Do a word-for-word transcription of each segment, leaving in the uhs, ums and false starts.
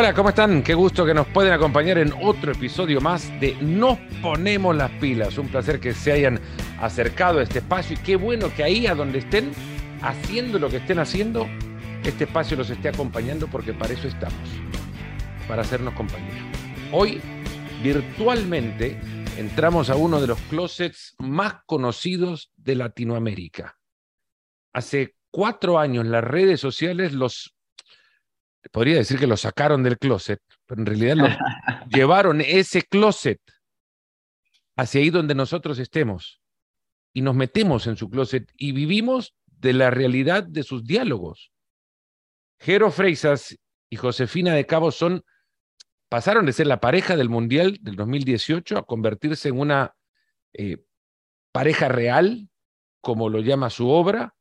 Hola, ¿cómo están? Qué gusto que nos pueden acompañar en otro episodio más de Nos Ponemos las Pilas. Un placer que se hayan acercado a este espacio y qué bueno que ahí a donde estén haciendo lo que estén haciendo, este espacio los esté acompañando porque para eso estamos, para hacernos compañía. Hoy, virtualmente, entramos a uno de los closets más conocidos de Latinoamérica. Hace cuatro años las redes sociales los... podría decir que lo sacaron del closet, pero en realidad los llevaron ese closet hacia ahí donde nosotros estemos y nos metemos en su closet y vivimos de la realidad de sus diálogos. Jero Freixas y Josefina de Cabo son, pasaron de ser la pareja del Mundial del dos mil dieciocho a convertirse en una eh, pareja real, como lo llama su obra,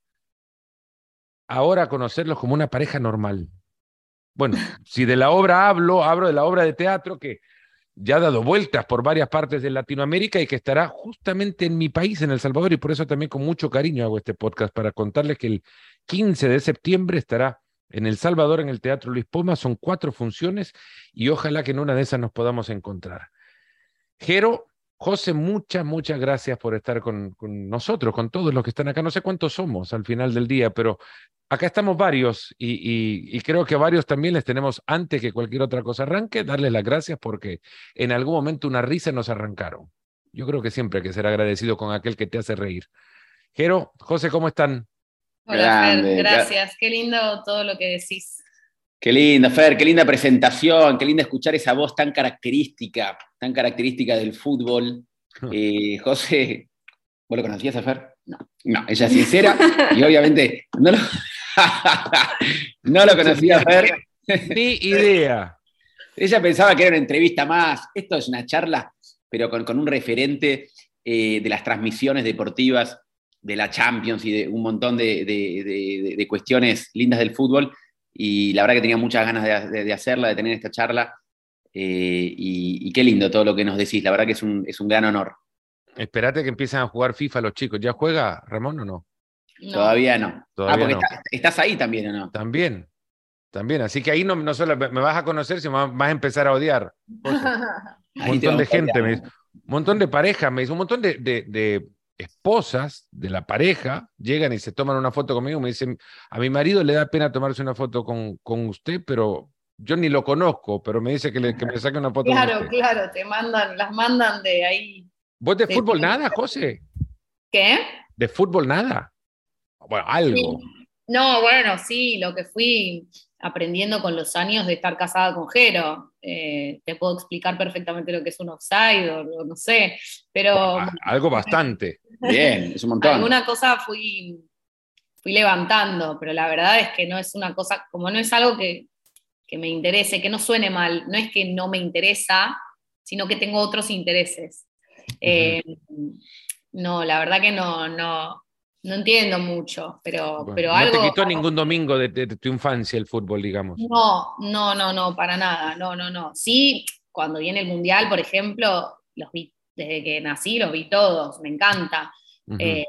ahora a conocerlos como una pareja normal. Bueno, si de la obra hablo, hablo de la obra de teatro que ya ha dado vueltas por varias partes de Latinoamérica y que estará justamente en mi país, en El Salvador, y por eso también con mucho cariño hago este podcast, para contarles que el quince de septiembre estará en El Salvador, en el Teatro Luis Poma. Son cuatro funciones y ojalá que en una de esas nos podamos encontrar. Jero, José, muchas, muchas gracias por estar con, con nosotros, con todos los que están acá. No sé cuántos somos al final del día, pero acá estamos varios y, y, y creo que a varios también les tenemos, antes que cualquier otra cosa arranque, darles las gracias porque en algún momento una risa nos arrancaron. Yo creo que siempre hay que ser agradecido con aquel que te hace reír. Jero, José, ¿cómo están? Hola, Grande, Fer, gracias. Qué lindo todo lo que decís. Qué linda, Fer, qué linda presentación, qué linda escuchar esa voz tan característica, tan característica del fútbol. Eh, José, ¿vos lo conocías a Fer? No. No, ella es sincera y obviamente no lo, no lo conocía a Fer. Ni idea. Ella pensaba que era una entrevista más. Esto es una charla, pero con, con un referente eh, de las transmisiones deportivas, de la Champions y de un montón de, de, de, de cuestiones lindas del fútbol. Y la verdad que tenía muchas ganas de, de, de hacerla, de tener esta charla. Eh, y, y qué lindo todo lo que nos decís. La verdad que es un, es un gran honor. Esperate que empiecen a jugar FIFA los chicos. ¿Ya juega Ramón o no? No. Todavía no. Todavía ah, porque no. Estás, estás ahí también, ¿o no? También, también. Así que ahí no, no solo me vas a conocer, sino vas a empezar a odiar. José. Un montón de gente, me dice, un montón de parejas, me dice, un montón de, de, de esposas de la pareja llegan y se toman una foto conmigo. Me dicen, a mi marido le da pena tomarse una foto con, con usted, pero yo ni lo conozco, pero me dice que, le, que me saque una foto Claro, con usted. claro, te mandan, las mandan de ahí. ¿Vos de, de fútbol tiempo. nada, José? ¿Qué? ¿De fútbol nada? Bueno, algo. Sí. No, bueno, sí, lo que fui aprendiendo con los años de estar casada con Jero. Eh, te puedo explicar perfectamente lo que es un offside o, o no sé, pero... Bueno, algo bastante. Bien, es un montón. Alguna cosa fui, fui levantando, pero la verdad es que no es una cosa, como no es algo que, que me interese, que no suene mal, no es que no me interesa, sino que tengo otros intereses. Uh-huh. Eh, no, la verdad que no, no, no entiendo mucho, pero, bueno, pero no algo... te quitó ningún domingo de, de, de tu infancia el fútbol, digamos. No, no, no, no, para nada, no, no, no. Sí, cuando viene el Mundial, por ejemplo, los vi, desde que nací los vi todos, me encanta. Uh-huh. eh,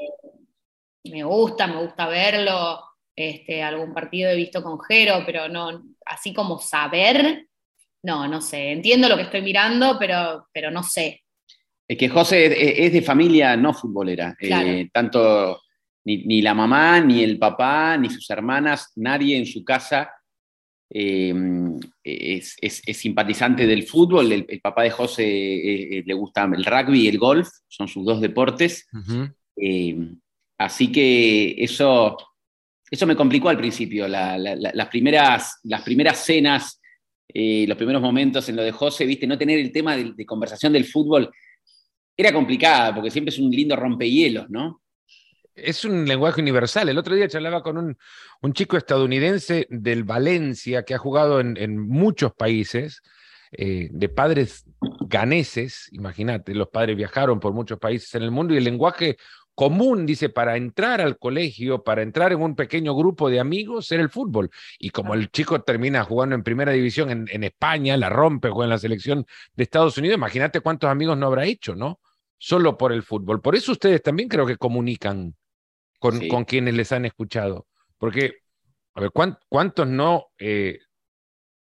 me gusta, me gusta verlo, este, algún partido he visto con Jero, pero no, así como saber, no, no sé, entiendo lo que estoy mirando, pero, pero no sé. Es que José es de familia no futbolera, Claro. eh, tanto ni, ni la mamá, ni el papá, ni sus hermanas, nadie en su casa eh, es, es, es simpatizante del fútbol. El, el papá de José eh, le gusta el rugby y el golf, son sus dos deportes. Uh-huh. Eh, así que eso, eso me complicó al principio. La, la, la, las, primeras, las primeras cenas, eh, los primeros momentos en lo de José, ¿viste? No tener el tema de, de conversación del fútbol era complicada, porque siempre es un lindo rompehielos, ¿no? Es un lenguaje universal. El otro día charlaba con un, un chico estadounidense del Valencia que ha jugado en, en muchos países, eh, de padres ganeses, imagínate, los padres viajaron por muchos países en el mundo y el lenguaje común, dice, para entrar al colegio, para entrar en un pequeño grupo de amigos, era el fútbol. Y como el chico termina jugando en primera división en, en España, la rompe, juega en la selección de Estados Unidos, imagínate cuántos amigos no habrá hecho, ¿no? Solo por el fútbol. Por eso ustedes también creo que comunican con, sí. con quienes les han escuchado. Porque, a ver, ¿cuántos no eh,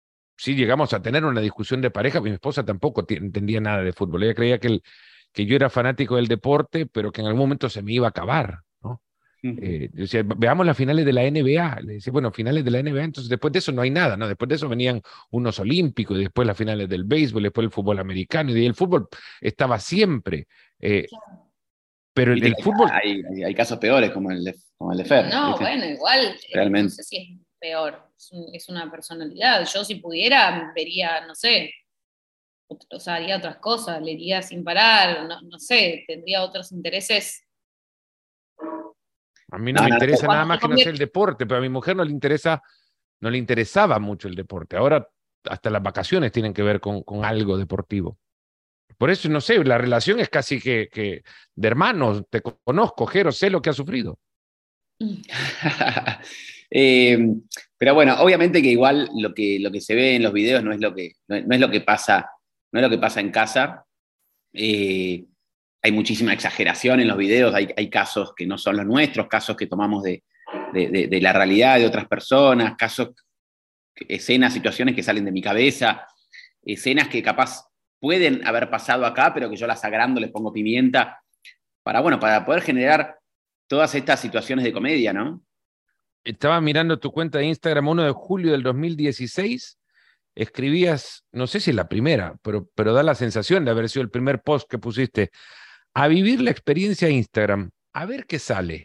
sí llegamos a tener una discusión de pareja, mi esposa tampoco entendía nada de fútbol, ella creía que, el, que yo era fanático del deporte, pero que en algún momento se me iba a acabar, ¿no? Eh, yo decía, veamos las finales de la N B A. Le decía, bueno, finales de la N B A, entonces después de eso no hay nada, ¿no? Después de eso venían unos olímpicos, y después las finales del béisbol, después el fútbol americano, y el fútbol estaba siempre. Eh, pero el, el fútbol... Hay, hay, hay casos peores, como el de, como el de Fer. No, ¿viste? bueno, igual, Realmente. no sé si es peor, es, un, es una personalidad. Yo si pudiera, vería, no sé, o sea, haría otras cosas, leería sin parar, no, no sé, tendría otros intereses. A mí no, no me no, interesa no, nada más que no sea el deporte, pero a mi mujer no le interesa, no le interesaba mucho el deporte. Ahora hasta las vacaciones tienen que ver con, con algo deportivo. Por eso, no sé, la relación es casi que, que de hermanos. Te conozco, Jero, sé lo que has sufrido. eh, pero bueno, obviamente que igual lo que, lo que se ve en los videos no es lo que, no, no es lo que pasa, no es lo que pasa en casa. Eh, Hay muchísima exageración en los videos, hay, hay casos que no son los nuestros, casos que tomamos de, de, de, de la realidad de otras personas, casos, escenas, situaciones que salen de mi cabeza, escenas que capaz pueden haber pasado acá, pero que yo las agrando, les pongo pimienta, para, bueno, para poder generar todas estas situaciones de comedia, ¿no? Estaba mirando tu cuenta de Instagram, uno de julio del dos mil dieciséis, escribías, no sé si es la primera, pero, pero da la sensación de haber sido el primer post que pusiste, a vivir la experiencia Instagram, a ver qué sale.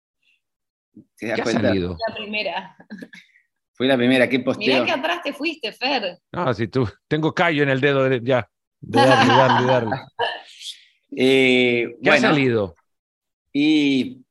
¿Qué ha salido? La primera. Fui la primera, ¿qué posteo? Mirá que atrás te fuiste, Fer. No, si tú, tengo callo en el dedo de, ya, de darle, darle, darle. Eh, ¿Qué bueno, ha salido? Y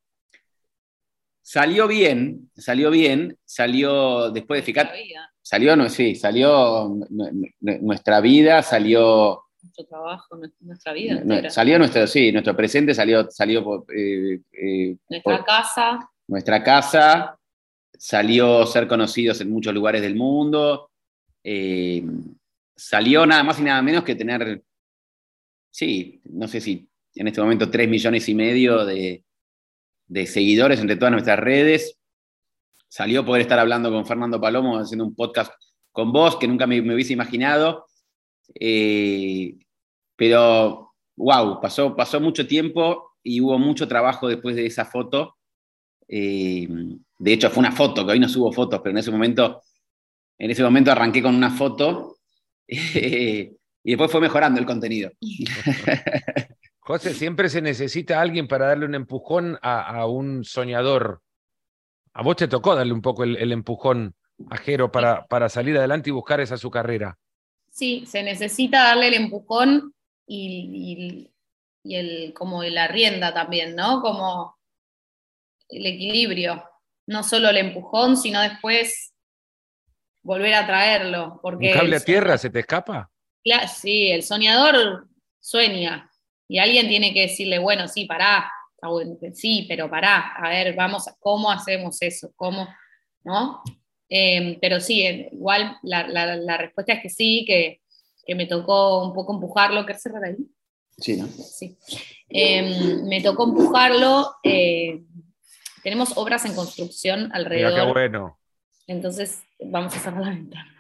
salió bien, salió bien, salió después de ficar, salió, no, sí, salió nuestra vida, salió... Nuestro trabajo, nuestra vida no, entera. Salió nuestro, sí, nuestro presente salió, salió por, eh, eh, nuestra por casa. Nuestra casa, salió ser conocidos en muchos lugares del mundo, eh, salió nada más y nada menos que tener, sí, no sé si en este momento tres millones y medio de, de seguidores entre todas nuestras redes, salió poder estar hablando con Fernando Palomo, haciendo un podcast con vos, que nunca me, me hubiese imaginado, eh, pero wow, pasó, pasó mucho tiempo y hubo mucho trabajo después de esa foto. Eh, de hecho, fue una foto, que hoy no subo fotos, pero en ese momento, en ese momento arranqué con una foto eh, y después fue mejorando el contenido. José, siempre se necesita alguien para darle un empujón a, a un soñador. A vos te tocó darle un poco el, el empujón a Jero para, para salir adelante y buscar esa su carrera. Sí, se necesita darle el empujón y, y, y el, como la rienda también, ¿no? Como el equilibrio. No solo el empujón, sino después volver a traerlo. Porque ¿Un cable a tierra soñador, se te escapa? sí, el soñador sueña. Y alguien tiene que decirle, bueno, sí, pará. Sí, pero pará. A ver, vamos, a, ¿cómo hacemos eso? ¿Cómo? ¿No? Eh, pero sí, igual la, la, la respuesta es que sí, que, que me tocó un poco empujarlo. ¿Querés cerrar ahí? Sí, ¿no? Sí. Eh, me tocó empujarlo. Eh, tenemos obras en construcción alrededor. Mira qué bueno. Entonces vamos a cerrar la ventana.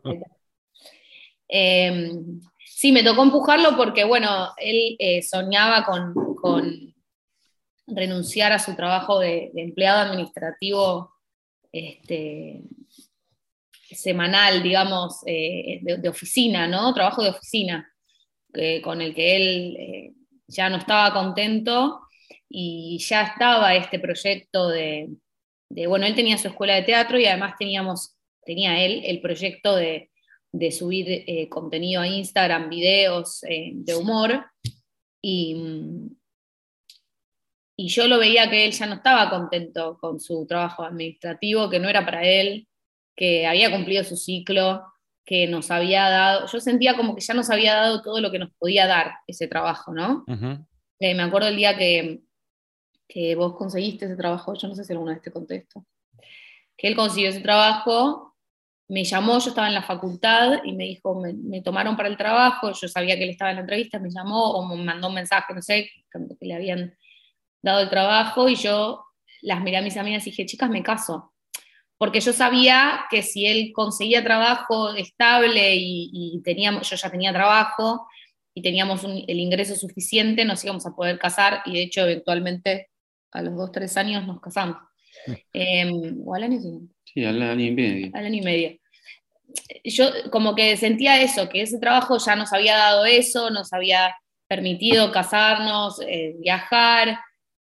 eh, sí, me tocó empujarlo porque, bueno, él eh, soñaba con, con renunciar a su trabajo de, de empleado administrativo este, semanal, digamos, eh, de, de oficina, ¿no? Trabajo de oficina, eh, con el que él eh, ya no estaba contento y ya estaba este proyecto de, de, bueno, él tenía su escuela de teatro y además teníamos, tenía él el proyecto de, de subir eh, contenido a Instagram, videos eh, de humor, y, y yo lo veía que él ya no estaba contento con su trabajo administrativo, que no era para él, que había cumplido su ciclo, que nos había dado, yo sentía como que ya nos había dado todo lo que nos podía dar ese trabajo, ¿no? Uh-huh. Eh, me acuerdo el día que, que vos conseguiste ese trabajo, yo no sé si alguna vez te contesto, que él consiguió ese trabajo, me llamó, yo estaba en la facultad y me dijo, me, me tomaron para el trabajo, yo sabía que él estaba en la entrevista, me llamó o me mandó un mensaje, no sé, que, que le habían dado el trabajo y yo las miré a mis amigas y dije, chicas, me caso. porque yo sabía que si él conseguía trabajo estable y, y teníamos, yo ya tenía trabajo y teníamos un, el ingreso suficiente, nos íbamos a poder casar, y de hecho eventualmente a los dos, tres años nos casamos. Eh, o al año siguiente. Sí, al año y medio. Al año y medio. Yo como que sentía eso, que ese trabajo ya nos había dado eso, nos había permitido casarnos, eh, viajar.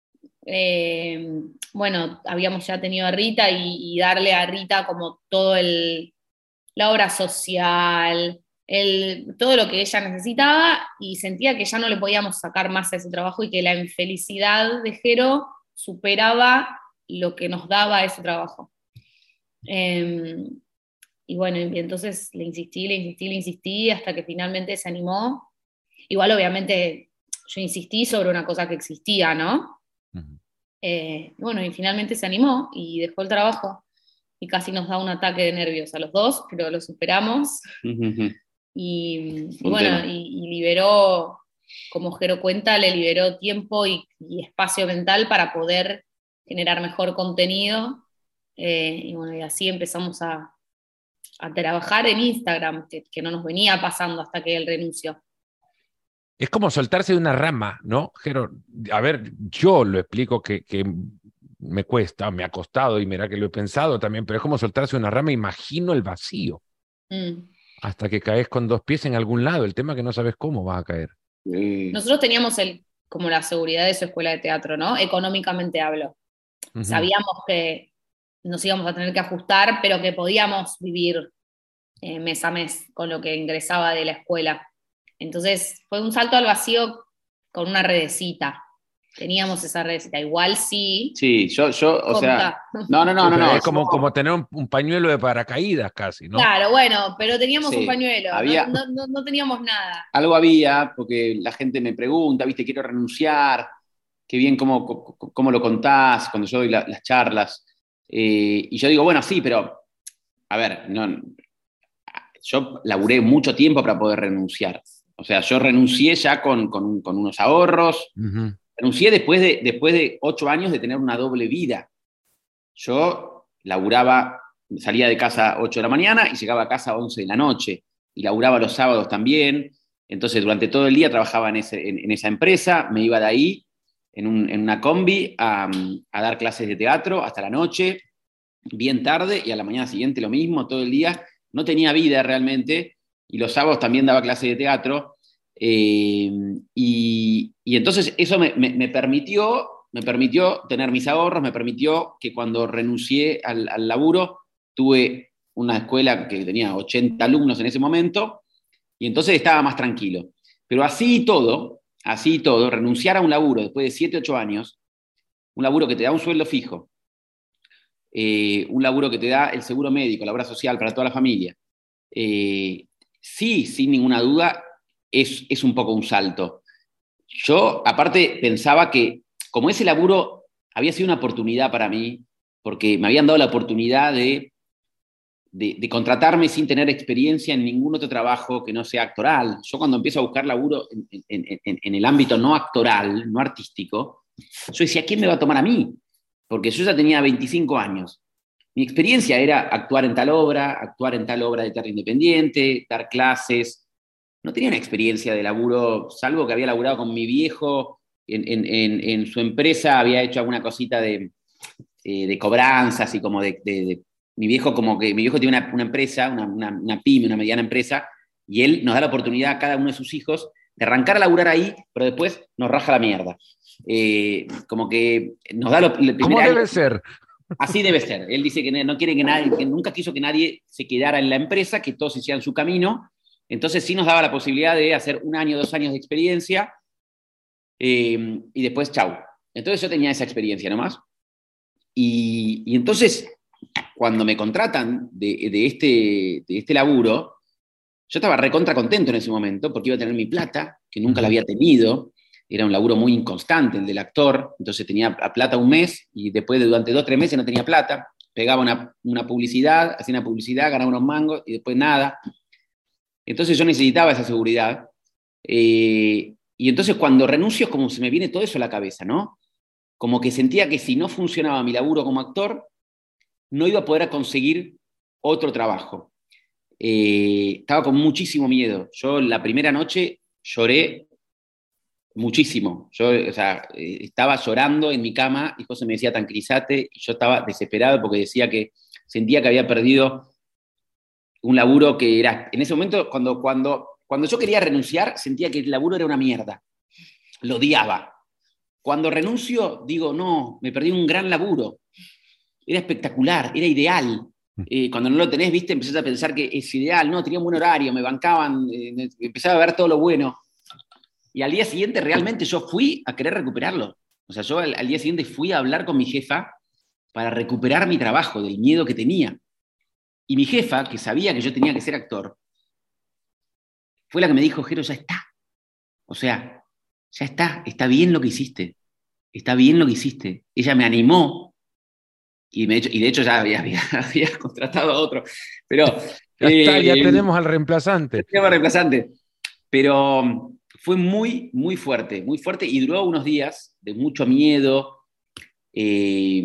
Eh, bueno, habíamos ya tenido a Rita y, y darle a Rita como todo el, la obra social, el, todo lo que ella necesitaba, y sentía que ya no le podíamos sacar más a ese trabajo y que la infelicidad de Jero superaba lo que nos daba ese trabajo. Eh, y bueno, y entonces le insistí, le insistí, le insistí hasta que finalmente se animó. Igual obviamente yo insistí sobre una cosa que existía, ¿no? Uh-huh. Eh, bueno, y finalmente se animó y dejó el trabajo y casi nos da un ataque de nervios a los dos, pero lo superamos. Uh-huh. y, y bueno, y, y liberó, como Jero cuenta, le liberó tiempo y, y espacio mental para poder generar mejor contenido. Eh, y bueno, y así empezamos a, a trabajar en Instagram, que, que no nos venía pasando hasta que él renunció. Es como soltarse de una rama, ¿no, Jero? A ver, yo lo explico que, que me cuesta, me ha costado, y mira que lo he pensado también, pero es como soltarse de una rama, imagino el vacío. Mm. Hasta que caes con dos pies en algún lado, el tema es que no sabes cómo vas a caer. Sí. Nosotros teníamos el, como la seguridad de su escuela de teatro, ¿no? Económicamente hablo. Uh-huh. Sabíamos que nos íbamos a tener que ajustar, pero que podíamos vivir eh, mes a mes con lo que ingresaba de la escuela. Entonces fue un salto al vacío con una redecita. Teníamos esa redecita. Igual sí. Sí, yo, yo o Conta. sea. No, no, no, no. no es como, como tener un, un pañuelo de paracaídas casi, ¿no? Claro, bueno, pero teníamos sí, un pañuelo. Había, no, no, no teníamos nada. Algo había, porque la gente me pregunta, viste, quiero renunciar. Qué bien cómo, cómo, cómo lo contás cuando yo doy la, las charlas. Eh, y yo digo, bueno, sí, pero. A ver, no. Yo laburé mucho tiempo para poder renunciar. O sea, yo renuncié ya con, con, con unos ahorros, uh-huh. Renuncié después de, después de ocho años de tener una doble vida. Yo laburaba, salía de casa a ocho de la mañana y llegaba a casa a once de la noche, y laburaba los sábados también. Entonces durante todo el día trabajaba en, ese, en, en esa empresa, me iba de ahí en, un, en una combi a, a dar clases de teatro hasta la noche, bien tarde, y a la mañana siguiente lo mismo, todo el día. No tenía vida realmente. Y los sábados también daba clases de teatro, eh, y, y entonces eso me, me, me, permitió, me permitió tener mis ahorros, me permitió que cuando renuncié al, al laburo, tuve una escuela que tenía ochenta alumnos en ese momento, y entonces estaba más tranquilo. Pero así y todo, así y todo, renunciar a un laburo después de siete, ocho años, un laburo que te da un sueldo fijo, eh, un laburo que te da el seguro médico, la obra social para toda la familia, eh, sí, sin ninguna duda, es, es un poco un salto. Yo, aparte, pensaba que como ese laburo había sido una oportunidad para mí, porque me habían dado la oportunidad de, de, de contratarme sin tener experiencia en ningún otro trabajo que no sea actoral. Yo cuando empiezo a buscar laburo en, en, en, en el ámbito no actoral, no artístico, yo decía, ¿quién me va a tomar a mí? Porque yo ya tenía veinticinco años. Mi experiencia era actuar en tal obra, actuar en tal obra de teatro independiente, dar clases. No tenía una experiencia de laburo, salvo que había laburado con mi viejo en, en, en, en su empresa, había hecho alguna cosita de, eh, de cobranzas y como de, de, de... Mi viejo como que mi viejo tiene una, una empresa, una, una, una pyme, una mediana empresa, y él nos da la oportunidad a cada uno de sus hijos de arrancar a laburar ahí, pero después nos raja la mierda. Eh, como que nos da lo, el primer ¿Cómo año, debe ser? Así debe ser. Él dice que no quiere que nadie, que nunca quiso que nadie se quedara en la empresa, que todos hicieran su camino. Entonces sí nos daba la posibilidad de hacer un año, dos años de experiencia, eh, y después chau. Entonces yo tenía esa experiencia nomás. Y, y entonces, cuando me contratan de, de, este, de este laburo, yo estaba recontra contento en ese momento, porque iba a tener mi plata, que nunca la había tenido. Era un laburo muy inconstante el del actor, entonces tenía plata un mes, y después de durante dos o tres meses no tenía plata. Pegaba una, una publicidad, hacía una publicidad, ganaba unos mangos, y después nada. Entonces yo necesitaba esa seguridad. Eh, y entonces cuando renuncio es como se me viene todo eso a la cabeza, ¿no? Como que sentía que si no funcionaba mi laburo como actor, no iba a poder conseguir otro trabajo. Eh, estaba con muchísimo miedo. Yo la primera noche lloré muchísimo. Yo, o sea, eh, estaba llorando en mi cama y José me decía tranquilízate, y yo estaba desesperado porque decía que sentía que había perdido un laburo que era, en ese momento, cuando, cuando, cuando yo quería renunciar, sentía que el laburo era una mierda. Lo odiaba. Cuando renuncio, digo, no, me perdí un gran laburo. Era espectacular, era ideal. Eh, cuando no lo tenés, viste, empezás a pensar que es ideal, no, tenía un buen horario, me bancaban, eh, empezaba a ver todo lo bueno. Y al día siguiente realmente yo fui a querer recuperarlo. O sea, yo al, al día siguiente fui a hablar con mi jefa para recuperar mi trabajo, del miedo que tenía. Y mi jefa, que sabía que yo tenía que ser actor, fue la que me dijo, Jero, ya está. O sea, ya está, está bien lo que hiciste. Está bien lo que hiciste. Ella me animó. Y, me, y de hecho ya había, había, había contratado a otro. Pero, ya está, eh, ya tenemos al reemplazante. Tenemos al reemplazante. Pero fue muy, muy fuerte, muy fuerte y duró unos días de mucho miedo. Eh,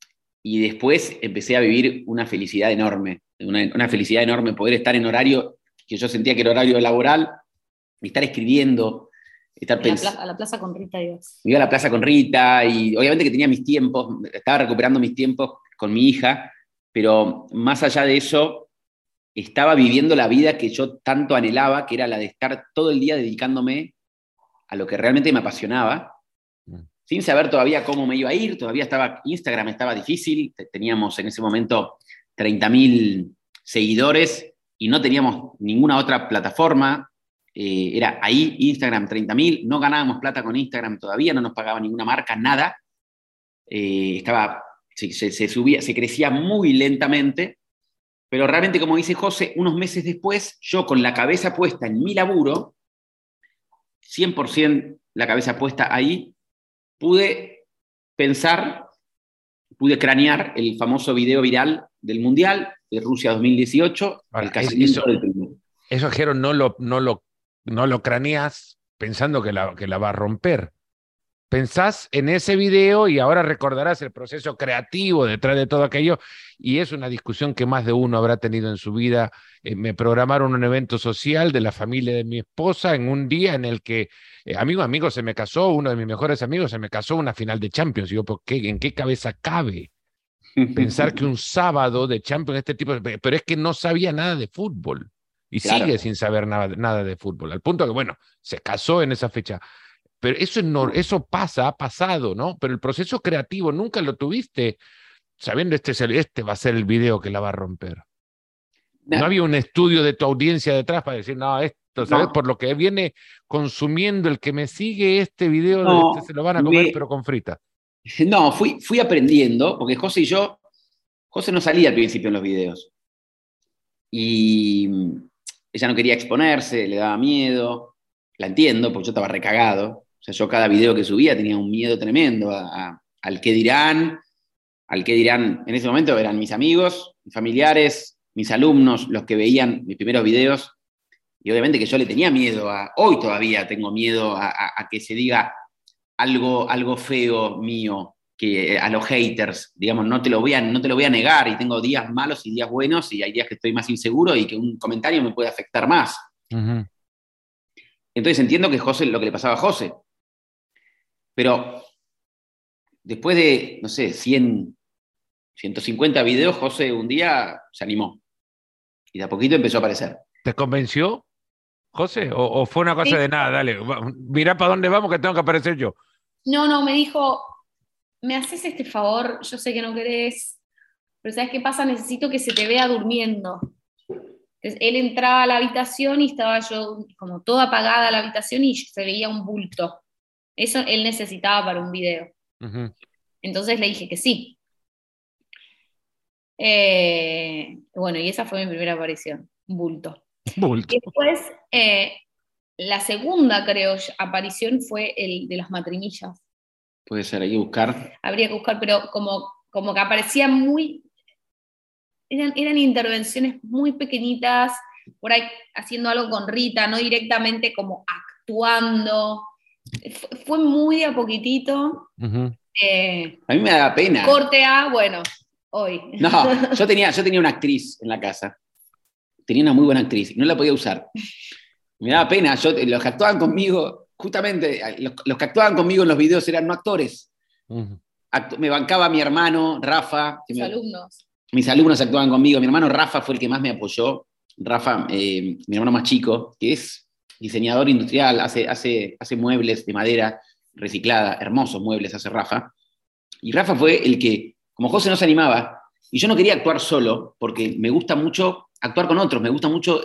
y después empecé a vivir una felicidad enorme. Una, una felicidad enorme poder estar en horario que yo sentía que era horario laboral, y estar escribiendo. Estar a, la plaza, a la plaza con Rita ibas. Iba a la plaza con Rita y obviamente que tenía mis tiempos, estaba recuperando mis tiempos con mi hija, pero más allá de eso, estaba viviendo la vida que yo tanto anhelaba, que era la de estar todo el día dedicándome a lo que realmente me apasionaba, mm. sin saber todavía cómo me iba a ir. Todavía estaba, Instagram estaba difícil, teníamos en ese momento treinta mil seguidores y no teníamos ninguna otra plataforma. Eh, era ahí, Instagram, treinta mil, no ganábamos plata con Instagram todavía, no nos pagaba ninguna marca, nada. Eh, estaba, se, se, se, subía, se crecía muy lentamente, pero realmente, como dice José, unos meses después, yo con la cabeza puesta en mi laburo, cien por ciento la cabeza puesta ahí, pude pensar, pude cranear el famoso video viral del Mundial de Rusia dos mil dieciocho, Ahora, el casamiento eso, del primero. Eso, Jero, no lo, no lo no lo craneas pensando que la, que la va a romper. Pensás en ese video y ahora recordarás el proceso creativo detrás de todo aquello, y es una discusión que más de uno habrá tenido en su vida. Eh, me programaron un evento social de la familia de mi esposa en un día en el que, eh, amigo, amigo, se me casó, uno de mis mejores amigos se me casó una final de Champions. Y yo, ¿por qué? ¿En qué cabeza cabe pensar que un sábado de Champions, este tipo de... Pero es que no sabía nada de fútbol. Y claro, sigue sin saber nada, nada de fútbol, al punto que, bueno, se casó en esa fecha. Pero eso, no, eso pasa, ha pasado, ¿no? Pero el proceso creativo nunca lo tuviste sabiendo este, es el, este va a ser el video que la va a romper. No, no había un estudio de tu audiencia detrás para decir, no, esto, ¿sabes? No. Por lo que viene consumiendo el que me sigue este video, no, este se lo van a comer, me... pero con frita. No, fui, fui aprendiendo, porque José y yo, José no salía al principio en los videos. Y ella no quería exponerse, le daba miedo. La entiendo, porque yo estaba recagado. O sea, yo cada video que subía tenía un miedo tremendo a, a, al qué dirán, al qué dirán. En ese momento eran mis amigos, mis familiares, mis alumnos, los que veían mis primeros videos. Y obviamente que yo le tenía miedo a, hoy todavía tengo miedo a, a, a que se diga algo, algo feo mío, que a los haters, digamos, no te, lo voy a, no te lo voy a negar, y tengo días malos y días buenos, y hay días que estoy más inseguro y que un comentario me puede afectar más. Uh-huh. Entonces entiendo que José, lo que le pasaba a José. Pero después de, no sé, cien, ciento cincuenta videos, José un día se animó. Y de a poquito empezó a aparecer. ¿Te convenció, José? ¿O, o fue una cosa sí. de nada? Dale, mirá para dónde vamos que tengo que aparecer yo. No, no, me dijo, ¿me haces este favor? Yo sé que no querés, pero ¿sabes qué pasa? Necesito que se te vea durmiendo. Entonces, él entraba a la habitación y estaba yo como toda apagada la habitación y se veía un bulto. Eso él necesitaba para un video. Uh-huh. Entonces le dije que sí. Eh, bueno, y esa fue mi primera aparición, un bulto. bulto. Y después, eh, la segunda, creo, aparición fue el de las matrimillas. Puede ser, hay que buscar. Habría que buscar, pero como, como que aparecía muy... Eran, eran intervenciones muy pequeñitas, por ahí haciendo algo con Rita, no directamente como actuando. Fue, fue muy de a poquitito. Uh-huh. eh, a mí me da pena. Corte A, bueno, hoy. No, yo tenía, yo tenía una actriz en la casa. Tenía una muy buena actriz y no la podía usar. Me daba pena. Yo, los que actuaban conmigo, justamente, los, los que actuaban conmigo en los videos eran no actores. Uh-huh. Actu- me bancaba mi hermano, Rafa. Mis me, alumnos. Mis alumnos actuaban conmigo. Mi hermano Rafa fue el que más me apoyó. Rafa, eh, mi hermano más chico, que es diseñador industrial, hace, hace, hace muebles de madera reciclada, hermosos muebles hace Rafa. Y Rafa fue el que, como José no se animaba, y yo no quería actuar solo, porque me gusta mucho actuar con otros, me gusta mucho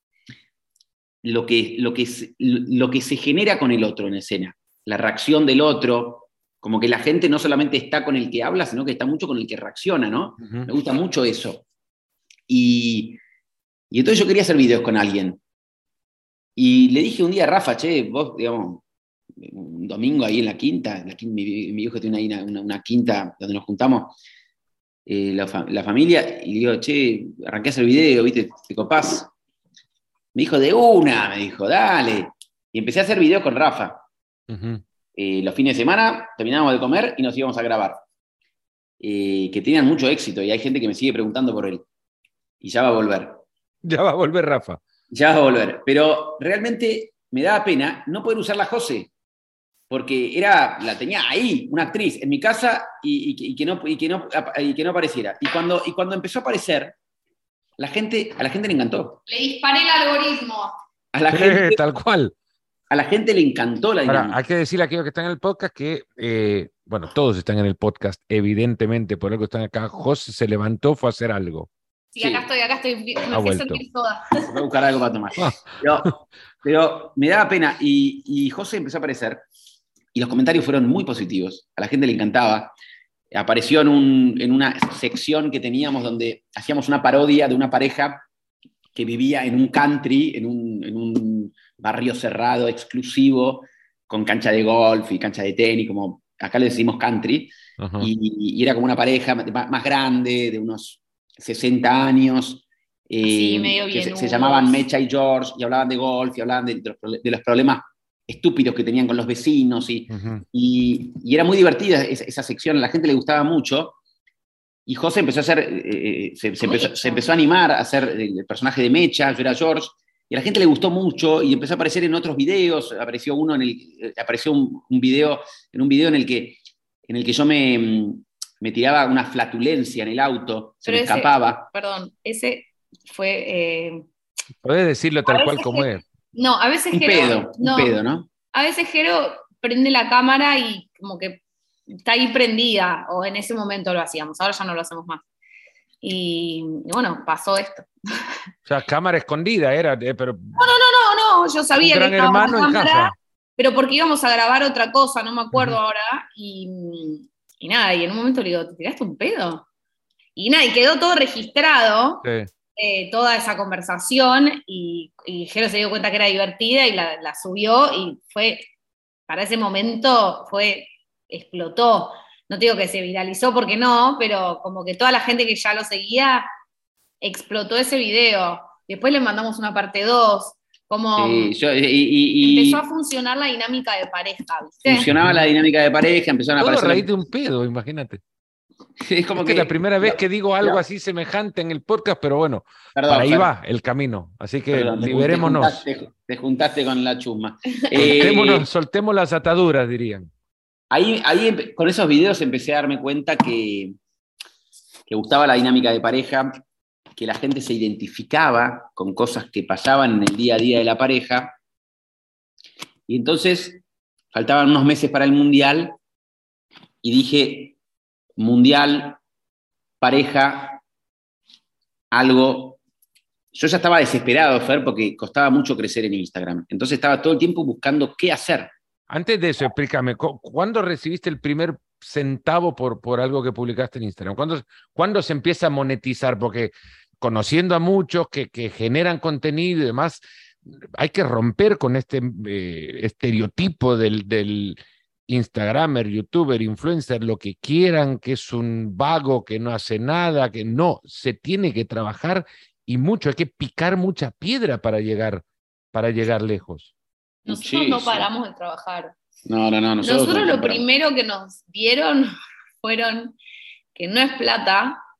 lo que, lo que, lo que se genera con el otro en escena, la reacción del otro, como que la gente no solamente está con el que habla, sino que está mucho con el que reacciona, ¿no? Uh-huh. Me gusta mucho eso. Y, y entonces yo quería hacer videos con alguien. Y le dije un día a Rafa, che, vos, digamos, un domingo ahí en la quinta, la quinta mi, mi hijo tiene ahí una, una, una quinta donde nos juntamos, eh, la, fa, la familia, y digo, che, arranqué a hacer video, ¿viste? ¿Te copás? Me dijo, de una, me dijo, dale. Y empecé a hacer videos con Rafa. Uh-huh. Eh, los fines de semana terminábamos de comer y nos íbamos a grabar. Eh, que tenían mucho éxito y hay gente que me sigue preguntando por él. Y ya va a volver. Ya va a volver Rafa. Ya va a volver. Pero realmente me daba pena no poder usar la José. Porque era, la tenía ahí, una actriz, en mi casa y, y, y, que, no, y, que, no, y que no apareciera. Y cuando, y cuando empezó a aparecer, la gente, a la gente le encantó. Le disparé el algoritmo. A la sí, gente, tal cual. A la gente le encantó la dinámica. Ahora, hay que decirle a aquellos que están en el podcast que, eh, bueno, todos están en el podcast, evidentemente, por algo están acá. José se levantó, fue a hacer algo. Sí, sí. acá estoy, acá estoy. Me ha fui a sentir toda. Voy a buscar algo para tomar. Pero, pero me daba pena. Y, y José empezó a aparecer y los comentarios fueron muy positivos. A la gente le encantaba. Apareció en, un, en una sección que teníamos donde hacíamos una parodia de una pareja que vivía en un country, en un, en un barrio cerrado, exclusivo, con cancha de golf y cancha de tenis, como acá le decimos country, uh-huh. y, y era como una pareja más, más grande, de unos sesenta años, eh, sí, medio que bien se, se llamaban Mecha y George, y hablaban de golf, y hablaban de, de, los, de los problemas estúpidos que tenían con los vecinos, y, uh-huh. y, y era muy divertida esa, esa sección, a la gente le gustaba mucho. Y José empezó a hacer, eh, se, se, empezó, se empezó a animar a hacer el personaje de Mecha, yo era George, y a la gente le gustó mucho y empezó a aparecer en otros videos. Apareció uno en el, apareció un, un video, en un video en el que, en el que yo me, me tiraba una flatulencia en el auto, se Pero me ese, escapaba. Perdón, ese fue. Eh, Podés decirlo tal cual como Jero, es. No, a veces un Jero, pedo, no, un pedo, ¿no? A veces Jero prende la cámara y como que está ahí prendida, o en ese momento lo hacíamos, ahora ya no lo hacemos más. Y, y bueno, pasó esto. O sea, cámara escondida era, eh, pero... No, no, no, no, no, yo sabía un gran que estaba hermano la en cámara, casa. Pero porque íbamos a grabar otra cosa, no me acuerdo uh-huh. ahora, y, y nada, y en un momento le digo, ¿te tiraste un pedo? Y nada, y quedó todo registrado, sí. eh, toda esa conversación, y, y Jero se dio cuenta que era divertida y la, la subió, y fue, para ese momento, fue... explotó, no digo que se viralizó porque no, pero como que toda la gente que ya lo seguía explotó ese video. Después le mandamos una parte dos, como sí, yo, y, y, empezó a funcionar la dinámica de pareja, ¿viste? Funcionaba la dinámica de pareja, empezaron Todo a aparecer... a raíz de un pedo, imagínate. Es como es que, que la primera vez no, que digo algo no. así semejante en el podcast, pero bueno, perdón, para ahí perdón. va el camino. Así que Perdón, liberémonos. Te juntaste, te juntaste con la chusma. Soltémonos, eh, soltemos las ataduras, dirían. Ahí, ahí con esos videos empecé a darme cuenta que, que gustaba la dinámica de pareja, que la gente se identificaba con cosas que pasaban en el día a día de la pareja. Y entonces faltaban unos meses para el Mundial y dije, Mundial, pareja, algo. Yo ya estaba desesperado, Fer, porque costaba mucho crecer en Instagram. Entonces estaba todo el tiempo buscando qué hacer. Antes de eso, explícame, ¿cuándo recibiste el primer centavo por, por algo que publicaste en Instagram? ¿Cuándo, ¿Cuándo se empieza a monetizar? Porque conociendo a muchos que, que generan contenido y demás, hay que romper con este eh, estereotipo del, del Instagramer, YouTuber, influencer, lo que quieran, que es un vago, que no hace nada, que no, se tiene que trabajar y mucho, hay que picar mucha piedra para llegar, para llegar lejos. Nosotros Muchísimo. no paramos de trabajar. No, no, no. Nosotros, nosotros no lo primero que nos dieron fueron que no es plata,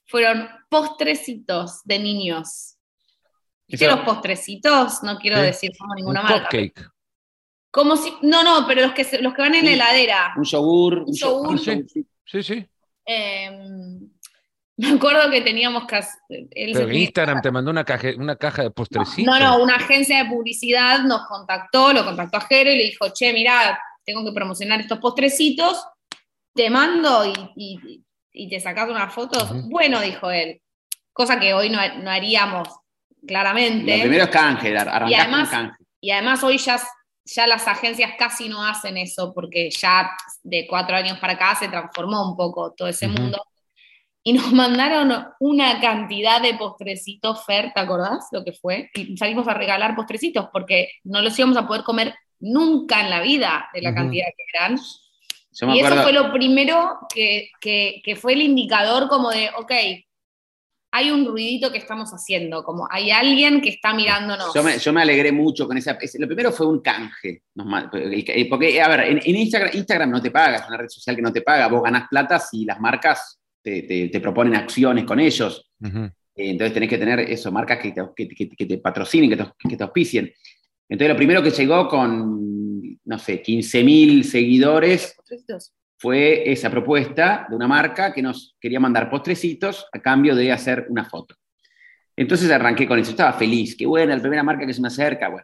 fueron postrecitos de niños. ¿Viste Eso- los postrecitos? No quiero Sí. decir como Un ninguna marca. cupcake. Como si, no, no, pero los que, se- los que van en la Un- heladera. Un yogur. Un yogur. Ah, sí, sí, sí. Eh, me acuerdo que teníamos que hacer- él Pero se que tenía- Instagram te mandó una caja, una caja de postrecitos. No, no, una agencia de publicidad nos contactó, lo contactó a Jero y le dijo, che, mirá, tengo que promocionar estos postrecitos, te mando y, y- y te sacás unas fotos. Ujú. Bueno, dijo él, cosa que hoy no, no haríamos claramente. Lo primero es canje, arrancás Y además- con canje. Y además hoy ya, ya las agencias casi no hacen eso, porque ya de cuatro años para acá se transformó un poco todo ese Ujú. mundo. Y nos mandaron una cantidad de postrecitos, Fer, ¿te acordás lo que fue? Y salimos a regalar postrecitos, porque no los íbamos a poder comer nunca en la vida de la Ujú. cantidad que eran. Yo me Y eso acuerdo, fue lo primero que, que, que fue el indicador como de, ok, hay un ruidito que estamos haciendo, como hay alguien que está mirándonos. yo me, yo me alegré mucho con esa. ese- Lo primero fue un canje. nos ma- el- Porque, a ver, en, en Instagram, Instagram no te paga, es una red social que no te paga. Vos ganás plata si las marcas te, te- te proponen acciones con ellos. Ujú. Eh, Entonces tenés que tener eso, marcas que te, que, que- que te patrocinen, que te, que te auspicien. Entonces lo primero que llegó con, no sé, quince mil seguidores Postrecitos. fue esa propuesta de una marca que nos quería mandar postrecitos a cambio de hacer una foto. Entonces arranqué con eso, estaba feliz, qué buena, la primera marca que se me acerca, bueno.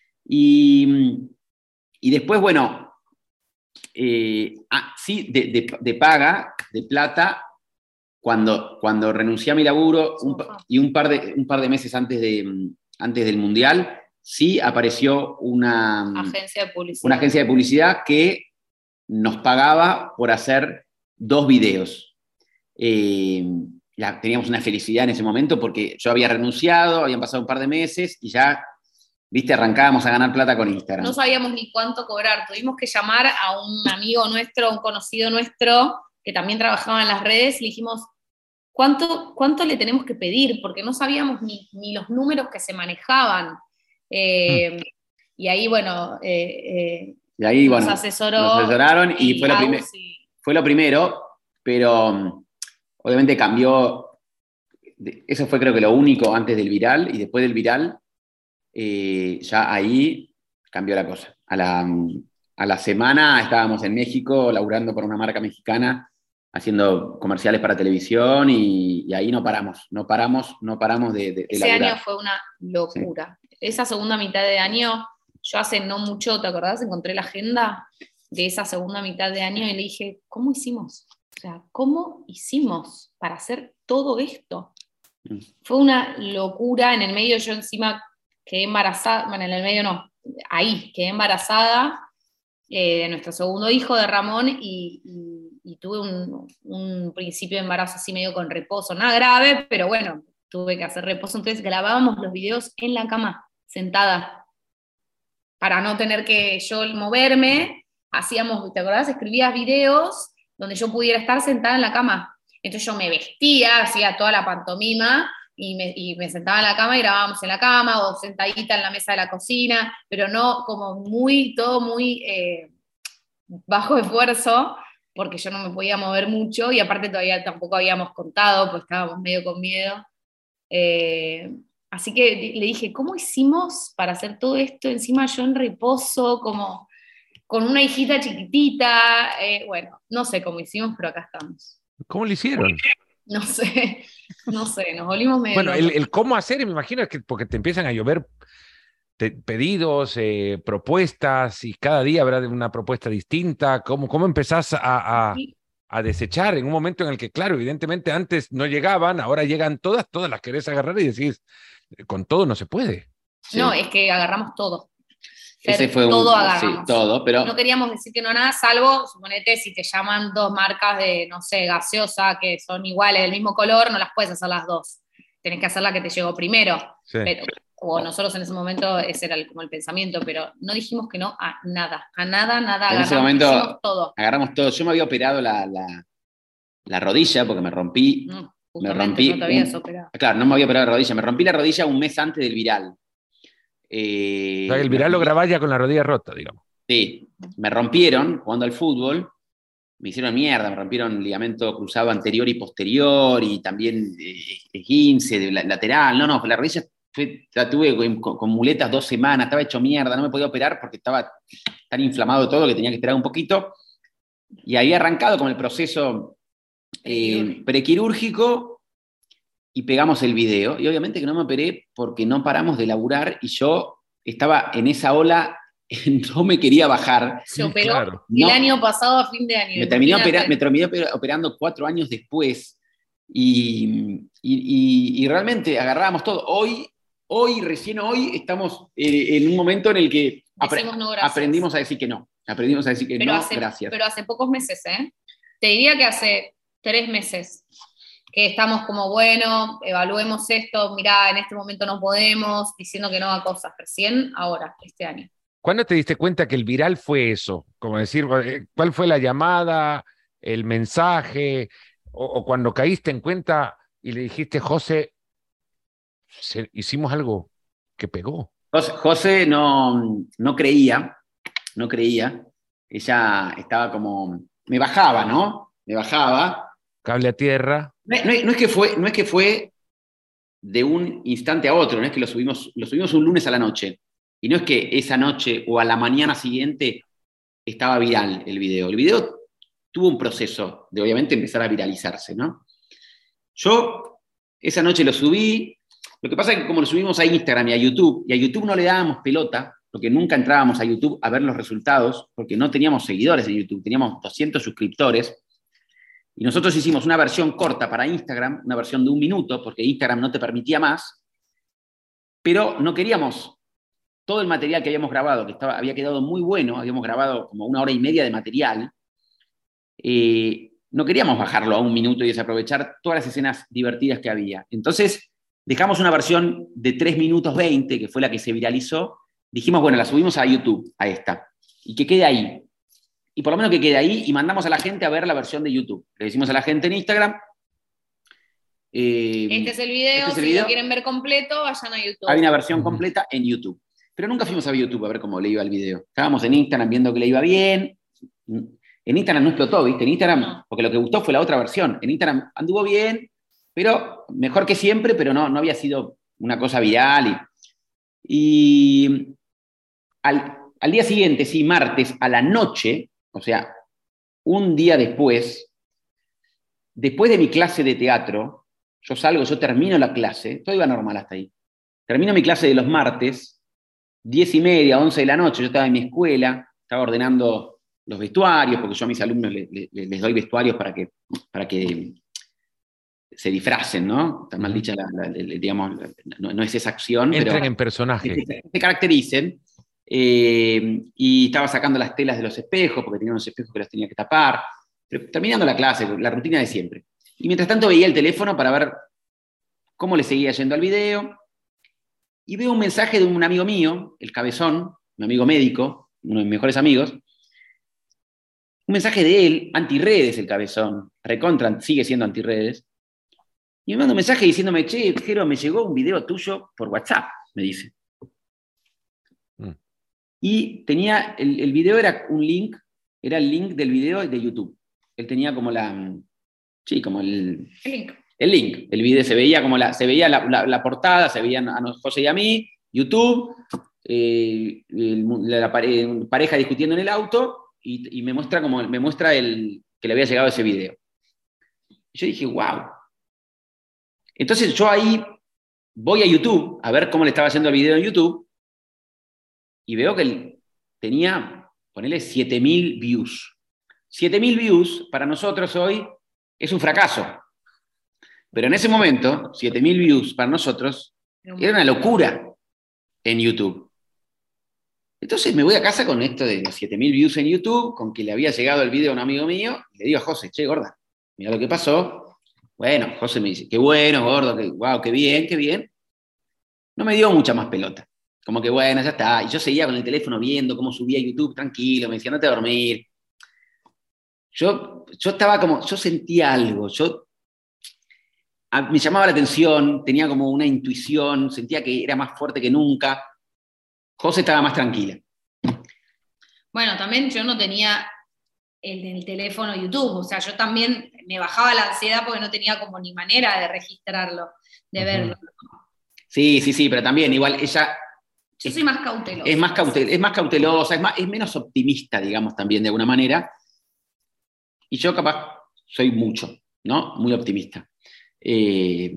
Y, y después, bueno, eh, ah, sí, de, de- de paga, de plata, cuando, cuando renuncié a mi laburo un pa- y un par de, un par de meses antes, de, antes del Mundial, sí apareció una, Agencia de publicidad. una agencia de publicidad que nos pagaba por hacer dos videos. Eh, ya teníamos una felicidad en ese momento porque yo había renunciado, habían pasado un par de meses y ya, viste, arrancábamos a ganar plata con Instagram. No sabíamos ni cuánto cobrar. Tuvimos que llamar a un amigo nuestro, un conocido nuestro, que también trabajaba en las redes, y le dijimos, ¿cuánto, cuánto le tenemos que pedir? Porque no sabíamos ni, ni los números que se manejaban. Eh, Y ahí, bueno, eh, eh, Y ahí, nos bueno, asesoró. nos asesoraron y, fue, lo primer- Aus y- fue lo primero, pero um, obviamente cambió. de- Eso fue creo que lo único antes del viral, y después del viral, eh, ya ahí cambió la cosa. A la, a la semana estábamos en México laburando para una marca mexicana, haciendo comerciales para televisión, y, y ahí no paramos, no paramos, no paramos de, de, de Ese laburar. año fue una locura. Esa segunda mitad de año, yo hace no mucho, ¿te acordás? Encontré la agenda de esa segunda mitad de año y le dije, ¿cómo hicimos? O sea, ¿cómo hicimos para hacer todo esto? Mm. Fue una locura. En el medio yo encima quedé embarazada, bueno, en el medio no, ahí quedé embarazada eh, de nuestro segundo hijo, de Ramón, y, y, y tuve un, un principio de embarazo así medio con reposo, nada grave, pero bueno, tuve que hacer reposo, entonces grabábamos los videos en la cama, sentada, para no tener que yo moverme. Hacíamos, ¿te acordás? Escribías videos donde yo pudiera estar sentada en la cama. Entonces yo me vestía, hacía toda la pantomima y me, y me sentaba en la cama y grabábamos en la cama o sentadita en la mesa de la cocina, pero no como muy, todo muy eh, bajo esfuerzo, porque yo no me podía mover mucho y aparte todavía tampoco habíamos contado, pues estábamos medio con miedo. Eh, así que le dije, ¿cómo hicimos para hacer todo esto? Encima yo en reposo, como con una hijita chiquitita, eh, bueno, no sé cómo hicimos, pero acá estamos. ¿Cómo lo hicieron? No sé, no sé, nos volvimos medio Bueno, el, locos. el cómo hacer, me imagino, es que porque te empiezan a llover te- pedidos, eh, propuestas, y cada día habrá de una propuesta distinta. ¿Cómo, cómo empezás a, a, Sí. a desechar en un momento en el que, claro, evidentemente antes no llegaban, ahora llegan todas, todas las querés agarrar y decís, con todo no se puede. Sí. No, es que agarramos todo. Ese Fer, fue un, todo sí, agarramos. todo, pero No queríamos decir que no nada, salvo, suponete, si te llaman dos marcas de, no sé, gaseosa, que son iguales, del mismo color, no las puedes hacer las dos. Tenés que hacer la que te llegó primero. Sí. Pero, o nosotros en ese momento, ese era el- como el pensamiento, pero no dijimos que no a nada, a nada, nada. En ese agarramos, momento- hicimos todo. agarramos todo. Yo me había operado la, la, la rodilla porque me rompí. No, justamente rompí no te habías un- operado. Claro, no me había operado la rodilla. Me rompí la rodilla un mes antes del viral. Eh, O sea, que el me viral lo rompí- grabás ya con la rodilla rota, digamos. Sí, me rompieron jugando al fútbol me hicieron mierda, me rompieron ligamento cruzado anterior y posterior, y también eh, esguince de la, lateral. No, no, la rodilla fue, la tuve con, con, con muletas dos semanas, estaba hecho mierda, no me podía operar porque estaba tan inflamado todo que tenía que esperar un poquito. Y había arrancado con el proceso eh, prequirúrgico y pegamos el video. Y obviamente que no me operé porque no paramos de laburar y yo estaba en esa ola, no me quería bajar. Se operó Claro. el No. año pasado a fin de año. Me terminé, Imagínate. opera- me terminé oper- operando cuatro años después y, y- y- y realmente agarrábamos todo. Hoy, hoy, recién hoy, estamos eh, en un momento en el que apre- Decimos no, gracias. aprendimos a decir que no. Aprendimos a decir que Pero, no, hace, gracias. pero hace pocos meses, ¿eh? Te diría que hace tres meses que estamos como, bueno, evaluemos esto, mirá, en este momento no podemos, diciendo que no a cosas. Recién ahora, este año. ¿Cuándo te diste cuenta que el viral fue eso? Como decir, eh, ¿cuál fue la llamada, el mensaje? O, o cuando caíste en cuenta y le dijiste, José, se- hicimos algo que pegó. José, José no, no creía, no creía. Ella estaba como, me bajaba, ¿no? Me bajaba. Cable a tierra. No, no- no es que fue, no es que fue de un instante a otro, no es que lo subimos, lo subimos un lunes a la noche. Y no es que esa noche o a la mañana siguiente estaba viral el video. El video tuvo un proceso de obviamente empezar a viralizarse, ¿no? Yo esa noche lo subí. Lo que pasa es que como lo subimos a Instagram y a YouTube, y a YouTube no le dábamos pelota, porque nunca entrábamos a YouTube a ver los resultados, porque no teníamos seguidores en YouTube, teníamos doscientos suscriptores. Y nosotros hicimos una versión corta para Instagram, una versión de un minuto, porque Instagram no te permitía más, pero no queríamos todo el material que habíamos grabado, que estaba, había quedado muy bueno, habíamos grabado como una hora y media de material, eh, no queríamos bajarlo a un minuto y desaprovechar todas las escenas divertidas que había. Entonces, dejamos una versión de tres minutos veinte, que fue la que se viralizó, dijimos, bueno, la subimos a YouTube, a esta, y que quede ahí. Y por lo menos que quede ahí, y mandamos a la gente a ver la versión de YouTube. Le decimos a la gente en Instagram. Eh, Este es el video, este es el si video. lo quieren ver completo, vayan a YouTube. Hay una versión Ujú. completa en YouTube. Pero nunca fuimos a YouTube a ver cómo le iba el video. Estábamos en Instagram viendo que le iba bien. En Instagram no explotó, ¿viste? En Instagram, No. porque lo que gustó fue la otra versión. En Instagram anduvo bien, pero mejor que siempre, pero no, no había sido una cosa viral. Y, y al, al día siguiente, sí, martes, a la noche, o sea, un día después, después de mi clase de teatro, yo salgo, yo termino la clase, todo iba normal hasta ahí. Termino mi clase de los martes, diez y media, once de la noche, yo estaba en mi escuela, estaba ordenando los vestuarios, porque yo a mis alumnos les, les, les doy vestuarios para que, para que se disfracen, ¿no? Está mal dicha, la, la, la, digamos, no, no es esa acción, Entren pero en personaje. que se, se caractericen. Eh, y estaba sacando las telas de los espejos, porque tenía unos espejos que los tenía que tapar, pero terminando la clase, la rutina de siempre. Y mientras tanto veía el teléfono para ver cómo le seguía yendo al video, y veo un mensaje de un amigo mío, el Cabezón, mi amigo médico, uno de mis mejores amigos, un mensaje de él, antirredes el Cabezón, recontra, sigue siendo antirredes, y me manda un mensaje diciéndome, che, Jero, me llegó un video tuyo por WhatsApp, me dice. Mm. Y tenía, el, el video era un link, era el link del video de YouTube. Él tenía como la, sí, como el... El link. El link, el video se veía como la, se veía la, la, la portada, se veían a José y a mí, YouTube, eh, el, la pare, pareja discutiendo en el auto, y, y me muestra, como, me muestra el, que le había llegado ese video. Y yo dije, wow. Entonces yo ahí voy a YouTube a ver cómo le estaba haciendo el video en YouTube, y veo que él tenía, ponele, siete mil views. siete mil views para nosotros hoy es un fracaso. Pero en ese momento, siete mil views para nosotros era una locura en YouTube. Entonces me voy a casa con esto de los siete mil views en YouTube, con que le había llegado el video a un amigo mío, y le digo a José, che, gorda, mira lo que pasó. Bueno, José me dice, qué bueno, gordo, que, wow, qué bien, qué bien. No me dio mucha más pelota. Como que bueno, ya está. Y yo seguía con el teléfono viendo cómo subía a YouTube tranquilo, me decía, no te voy a dormir. Yo, yo estaba como, yo sentía algo, yo... me llamaba la atención, tenía como una intuición, sentía que era más fuerte que nunca. José estaba más tranquila. Bueno, también yo no tenía en el teléfono YouTube. O sea, yo también me bajaba la ansiedad porque no tenía como ni manera de registrarlo, de uh-huh. verlo. Sí, sí, sí, pero también igual ella... Yo soy más cautelosa. Es más, cautel, es más cautelosa, es, más, es menos optimista, digamos, también de alguna manera. Y yo capaz soy mucho, ¿no? Muy optimista. Eh,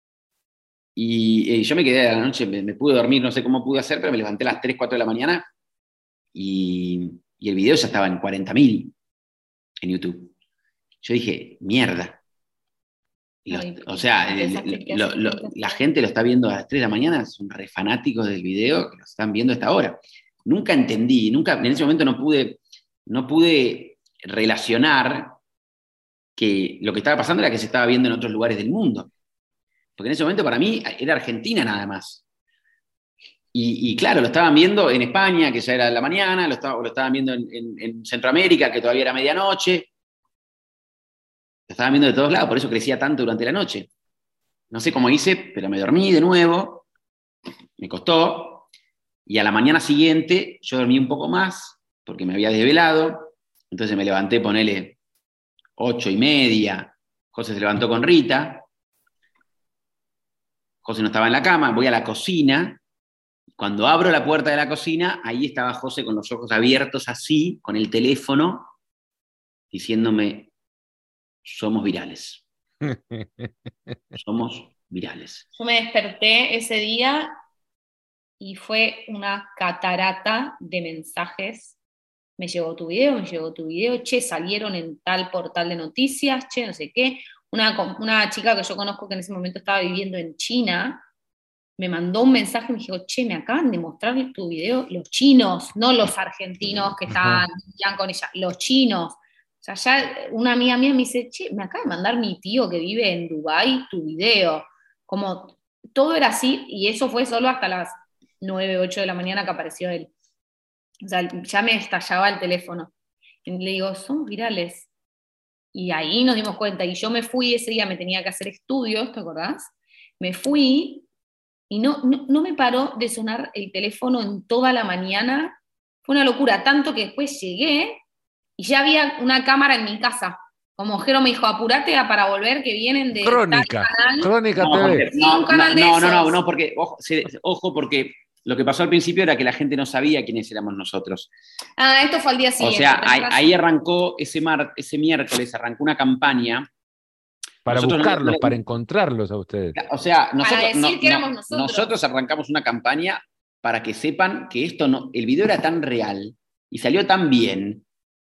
y eh, yo me quedé a la noche, me, me pude dormir, no sé cómo pude hacer, pero me levanté a las tres, cuatro de la mañana y, y el video ya estaba en cuarenta mil en YouTube. Yo dije, mierda. Los, Ay, o sea, el, lo, lo, la gente lo está viendo a las tres de la mañana, son re fanáticos del video que lo están viendo a esta hora. Nunca entendí, nunca, en ese momento no pude, no pude relacionar que lo que estaba pasando era que se estaba viendo en otros lugares del mundo. Porque en ese momento para mí era Argentina nada más. Y, y claro, lo estaban viendo en España, que ya era la mañana, lo, estaba, lo estaban viendo en, en, en Centroamérica, que todavía era medianoche. Lo estaban viendo de todos lados, por eso crecía tanto durante la noche. No sé cómo hice, pero me dormí de nuevo, me costó, y a la mañana siguiente yo dormí un poco más, porque me había desvelado, entonces me levanté, ponele, ocho y media, José se levantó con Rita, José no estaba en la cama, voy a la cocina, cuando abro la puerta de la cocina, ahí estaba José con los ojos abiertos así, con el teléfono, diciéndome... Somos virales. Somos virales. Yo me desperté ese día y fue una catarata de mensajes. Me llegó tu video, me llegó tu video, che, salieron en tal portal de noticias, che, no sé qué. Una, una chica que yo conozco que en ese momento estaba viviendo en China, me mandó un mensaje y me dijo, che, me acaban de mostrar tu video los chinos, no los argentinos que estaban uh-huh. con ella, los chinos. O sea, ya una amiga mía me dice, che, me acaba de mandar mi tío que vive en Dubái tu video. Como todo era así, y eso fue solo hasta las nueve, ocho de la mañana que apareció él. O sea, ya me estallaba el teléfono. Y le digo, somos virales. Y ahí nos dimos cuenta, y yo me fui ese día, me tenía que hacer estudios, ¿te acordás? Me fui, y no, no, no me paró de sonar el teléfono en toda la mañana. Fue una locura, tanto que después llegué, y ya había una cámara en mi casa. Como Jero me dijo, apurate para volver, que vienen de Crónica, canal. Crónica no, T V. Sí, no, un canal no, de no, esos. no, no, no, porque, ojo, se, ojo, porque lo que pasó al principio era que la gente no sabía quiénes éramos nosotros. Ah, esto fue al día siguiente. O sea, ahí, ahí arrancó, ese, mar, ese miércoles arrancó una campaña. Para nosotros buscarlos, no, para encontrarlos a ustedes. O sea, nosotros, para decir no, que éramos no, nosotros. Nosotros arrancamos una campaña para que sepan que esto no, el video era tan real y salió tan bien,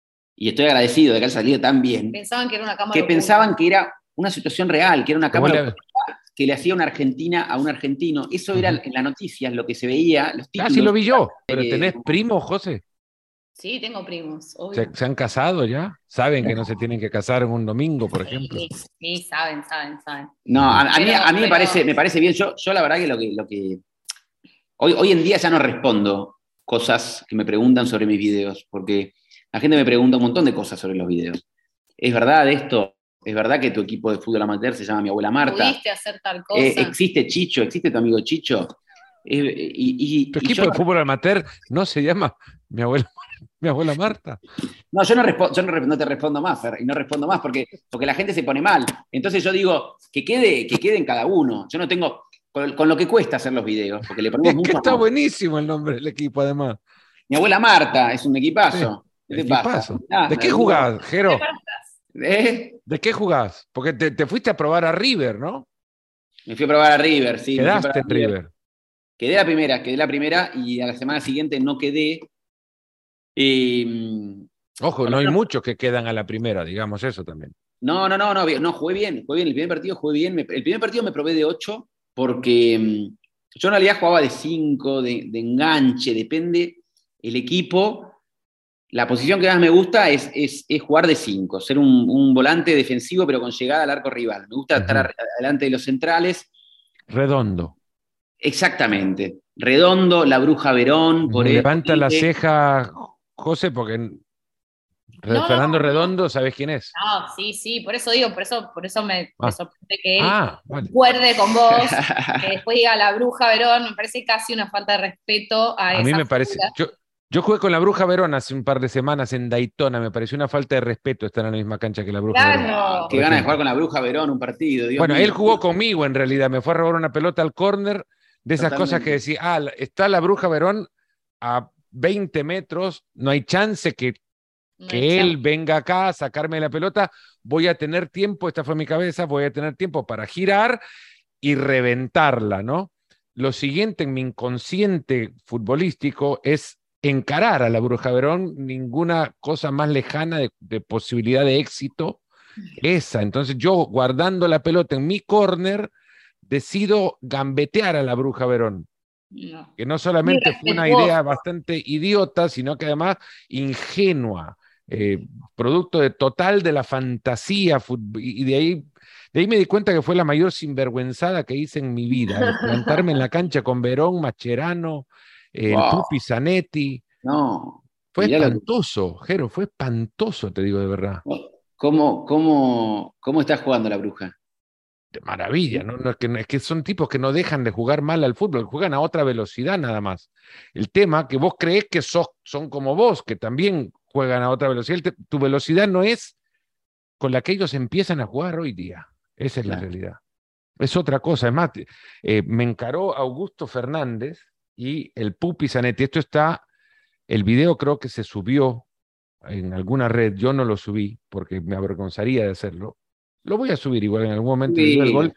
y estoy agradecido de que haya salido tan bien, pensaban que era una cámara que oculta. pensaban que era una situación real, que era una cámara le... que le hacía una argentina a un argentino. Eso uh-huh. era en las noticias, lo que se veía, los títulos. Ah, sí lo vi yo, pero ¿tenés primos, José? Sí, tengo primos, obvio. ¿Se, ¿Se han casado ya? ¿Saben que no se tienen que casar en un domingo, por ejemplo? Sí, sí, saben, saben, saben. No, a, a pero, mí, a mí pero... me, parece, me parece bien. Yo, yo la verdad que lo que... Lo que hoy, hoy en día ya no respondo cosas que me preguntan sobre mis videos, porque la gente me pregunta un montón de cosas sobre los videos. ¿Es verdad esto? ¿Es verdad que tu equipo de fútbol amateur se llama Mi Abuela Marta? ¿Pudiste hacer tal cosa? Eh, ¿Existe Chicho? ¿Existe tu amigo Chicho? Eh, y, y, ¿Tu y equipo yo, de fútbol amateur no se llama Mi Abuela, mi abuela Marta? No, yo, no, respo- yo no, no te respondo más, Fer, y no respondo más porque, porque la gente se pone mal. Entonces yo digo, que quede, que quede en cada uno. Yo no tengo, con, con lo que cuesta hacer los videos, porque le ponemos Es mucho que está amor. buenísimo el nombre del equipo, además. Mi Abuela Marta es un equipazo. Sí, ¿Qué te equipazo. pasa? Ah, ¿De qué jugás, Jero? ¿Eh? ¿De qué jugás? Porque te, te fuiste a probar a River, ¿no? Me fui a probar a River, sí. Quedaste en River. River. Quedé la primera, quedé la primera y a la semana siguiente no quedé. Eh, Ojo, no hay muchos que quedan a la primera, digamos eso también. No, no, no, no, no, jugué bien, jugué bien. El primer partido jugué bien. El primer partido me probé de ocho porque um, yo en realidad jugaba de cinco, de, de enganche, depende el equipo. La posición que más me gusta es, es, es jugar de cinco, ser un, un volante defensivo pero con llegada al arco rival. Me gusta uh-huh. estar adelante de los centrales. Redondo. Exactamente. Redondo, la Bruja Verón. Por Levanta eso, la ceja, José, porque no, Fernando no, Redondo, ¿sabés quién es? No, sí, sí, por eso digo, por eso, por eso me, ah. me sorprende que él ah, vale. concuerde con vos, que después diga la Bruja Verón, me parece casi una falta de respeto a, a esa mí me parece, yo, Yo jugué con la Bruja Verón hace un par de semanas en Daytona, me pareció una falta de respeto estar en la misma cancha que la Bruja Claro. Verón. Ah, qué ganas de jugar con la Bruja Verón un partido, Dios Bueno, mío. él jugó conmigo en realidad, me fue a robar una pelota al córner, de esas Totalmente. cosas que decía, ah, está la Bruja Verón a veinte metros, no hay chance que, No que hay él chance. venga acá a sacarme la pelota, voy a tener tiempo, esta fue mi cabeza, voy a tener tiempo para girar y reventarla, ¿no? Lo siguiente en mi inconsciente futbolístico es encarar a la Bruja Verón, ninguna cosa más lejana de, de posibilidad de éxito esa. Entonces yo, guardando la pelota en mi córner, decido gambetear a la Bruja Verón, No. que no Muy solamente fue una respetuoso. idea bastante idiota, sino que además ingenua, eh, producto de total de la fantasía, y de ahí, de ahí me di cuenta que fue la mayor sinvergüenzada que hice en mi vida, el plantarme en la cancha con Verón, Mascherano, el Wow, Pupi Zanetti. no. Fue Mirá lo que, espantoso, Jero, fue espantoso, te digo de verdad. ¿cómo, cómo, cómo está jugando la Bruja? De maravilla, ¿no? No, es que, es que son tipos que no dejan de jugar mal al fútbol, juegan a otra velocidad nada más. El tema que vos creés que sos, son como vos, que también juegan a otra velocidad, te, tu velocidad no es con la que ellos empiezan a jugar hoy día. Esa es la Claro. realidad. Es otra cosa. Es más, eh, me encaró Augusto Fernández y el Pupi Zanetti. Esto está, el video creo que se subió en alguna red, yo no lo subí porque me avergonzaría de hacerlo. Lo voy a subir igual en algún momento del día del gol. Sí.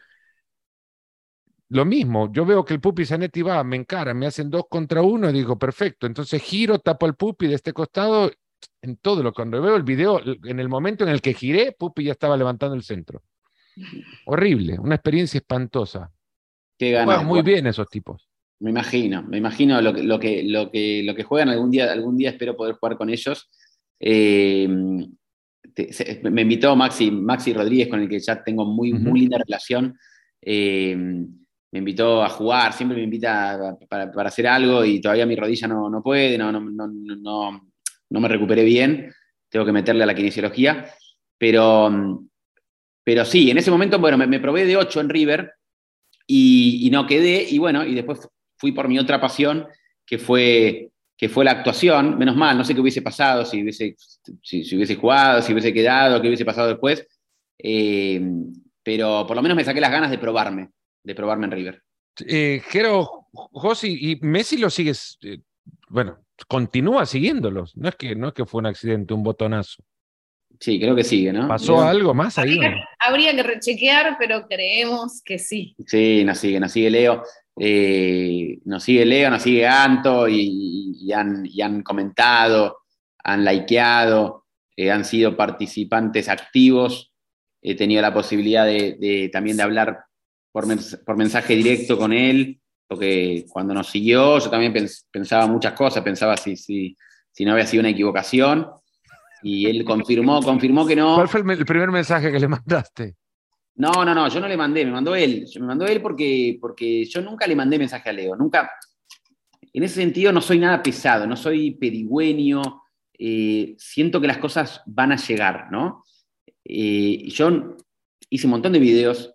Lo mismo, yo veo que el Pupi Zanetti va, me encara, me hacen dos contra uno y digo, perfecto. Entonces giro, tapo al Pupi de este costado, en todo lo cuando veo el video, en el momento en el que giré, Pupi ya estaba levantando el centro. Horrible, una experiencia espantosa. Qué ganas Juegan de muy jugar. bien esos tipos. Me imagino, me imagino lo que, lo que, lo que, lo que juegan algún día, algún día espero poder jugar con ellos. Eh, te- se- me invitó Maxi, Maxi Rodríguez, con el que ya tengo muy, Ujú. muy linda relación. Eh, me invitó a jugar, siempre me invita para, para hacer algo y todavía mi rodilla no, no puede, no, no, no, no, no me recuperé bien, tengo que meterle a la kinesiología. Pero, pero sí, en ese momento, bueno, me, me probé de ocho en River y, y no quedé, y bueno, y después fui por mi otra pasión, que fue, que fue la actuación. Menos mal, no sé qué hubiese pasado si hubiese, si, si hubiese jugado, si hubiese quedado, qué hubiese pasado después. Eh, pero por lo menos me saqué las ganas de probarme, de probarme en River. Eh, Jero, Josi, y Messi lo sigues, eh, bueno, continúa siguiéndolos. No es que, no es que fue un accidente, un botonazo. Sí, creo que sigue, ¿no? ¿Pasó Leo. algo más ahí o Habría, no? habría que rechequear, pero creemos que sí. Sí, nos sigue, nos sigue Leo. Eh, nos sigue Leo, nos sigue Anto y, y, han, y han comentado, han likeado, eh, han sido participantes activos. He tenido la posibilidad de, de, también de hablar por, mens por mensaje directo con él, porque cuando nos siguió yo también pens pensaba muchas cosas, pensaba si, si, si no había sido una equivocación, y él confirmó, confirmó que no. ¿Cuál fue el, el primer mensaje que le mandaste? No, no, no, yo no le mandé, me mandó él. Me mandó él porque, porque yo nunca le mandé mensaje a Leo. Nunca. En ese sentido no soy nada pesado, no soy pedigüeño. Eh, siento que las cosas van a llegar, ¿no? Eh, yo hice un montón de videos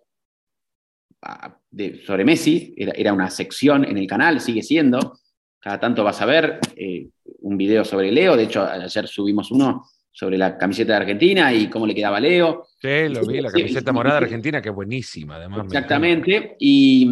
de, sobre Messi, era, era una sección en el canal, sigue siendo. Cada tanto vas a ver eh, un video sobre Leo. De hecho, ayer subimos uno sobre la camiseta de Argentina y cómo le quedaba a Leo. Sí, lo vi, la camiseta morada argentina, que es buenísima, además. Exactamente. Y,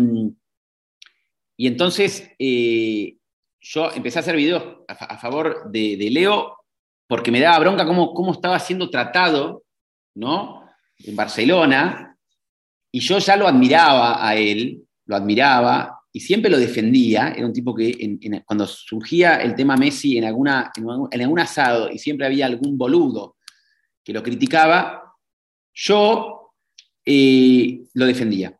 y entonces eh, yo empecé a hacer videos a, a favor de, de Leo porque me daba bronca cómo, cómo estaba siendo tratado, ¿no? En Barcelona. Y yo ya lo admiraba a él, lo admiraba y siempre lo defendía. Era un tipo que en, en, cuando surgía el tema Messi en, alguna, en, en algún asado y siempre había algún boludo que lo criticaba, yo eh, lo defendía.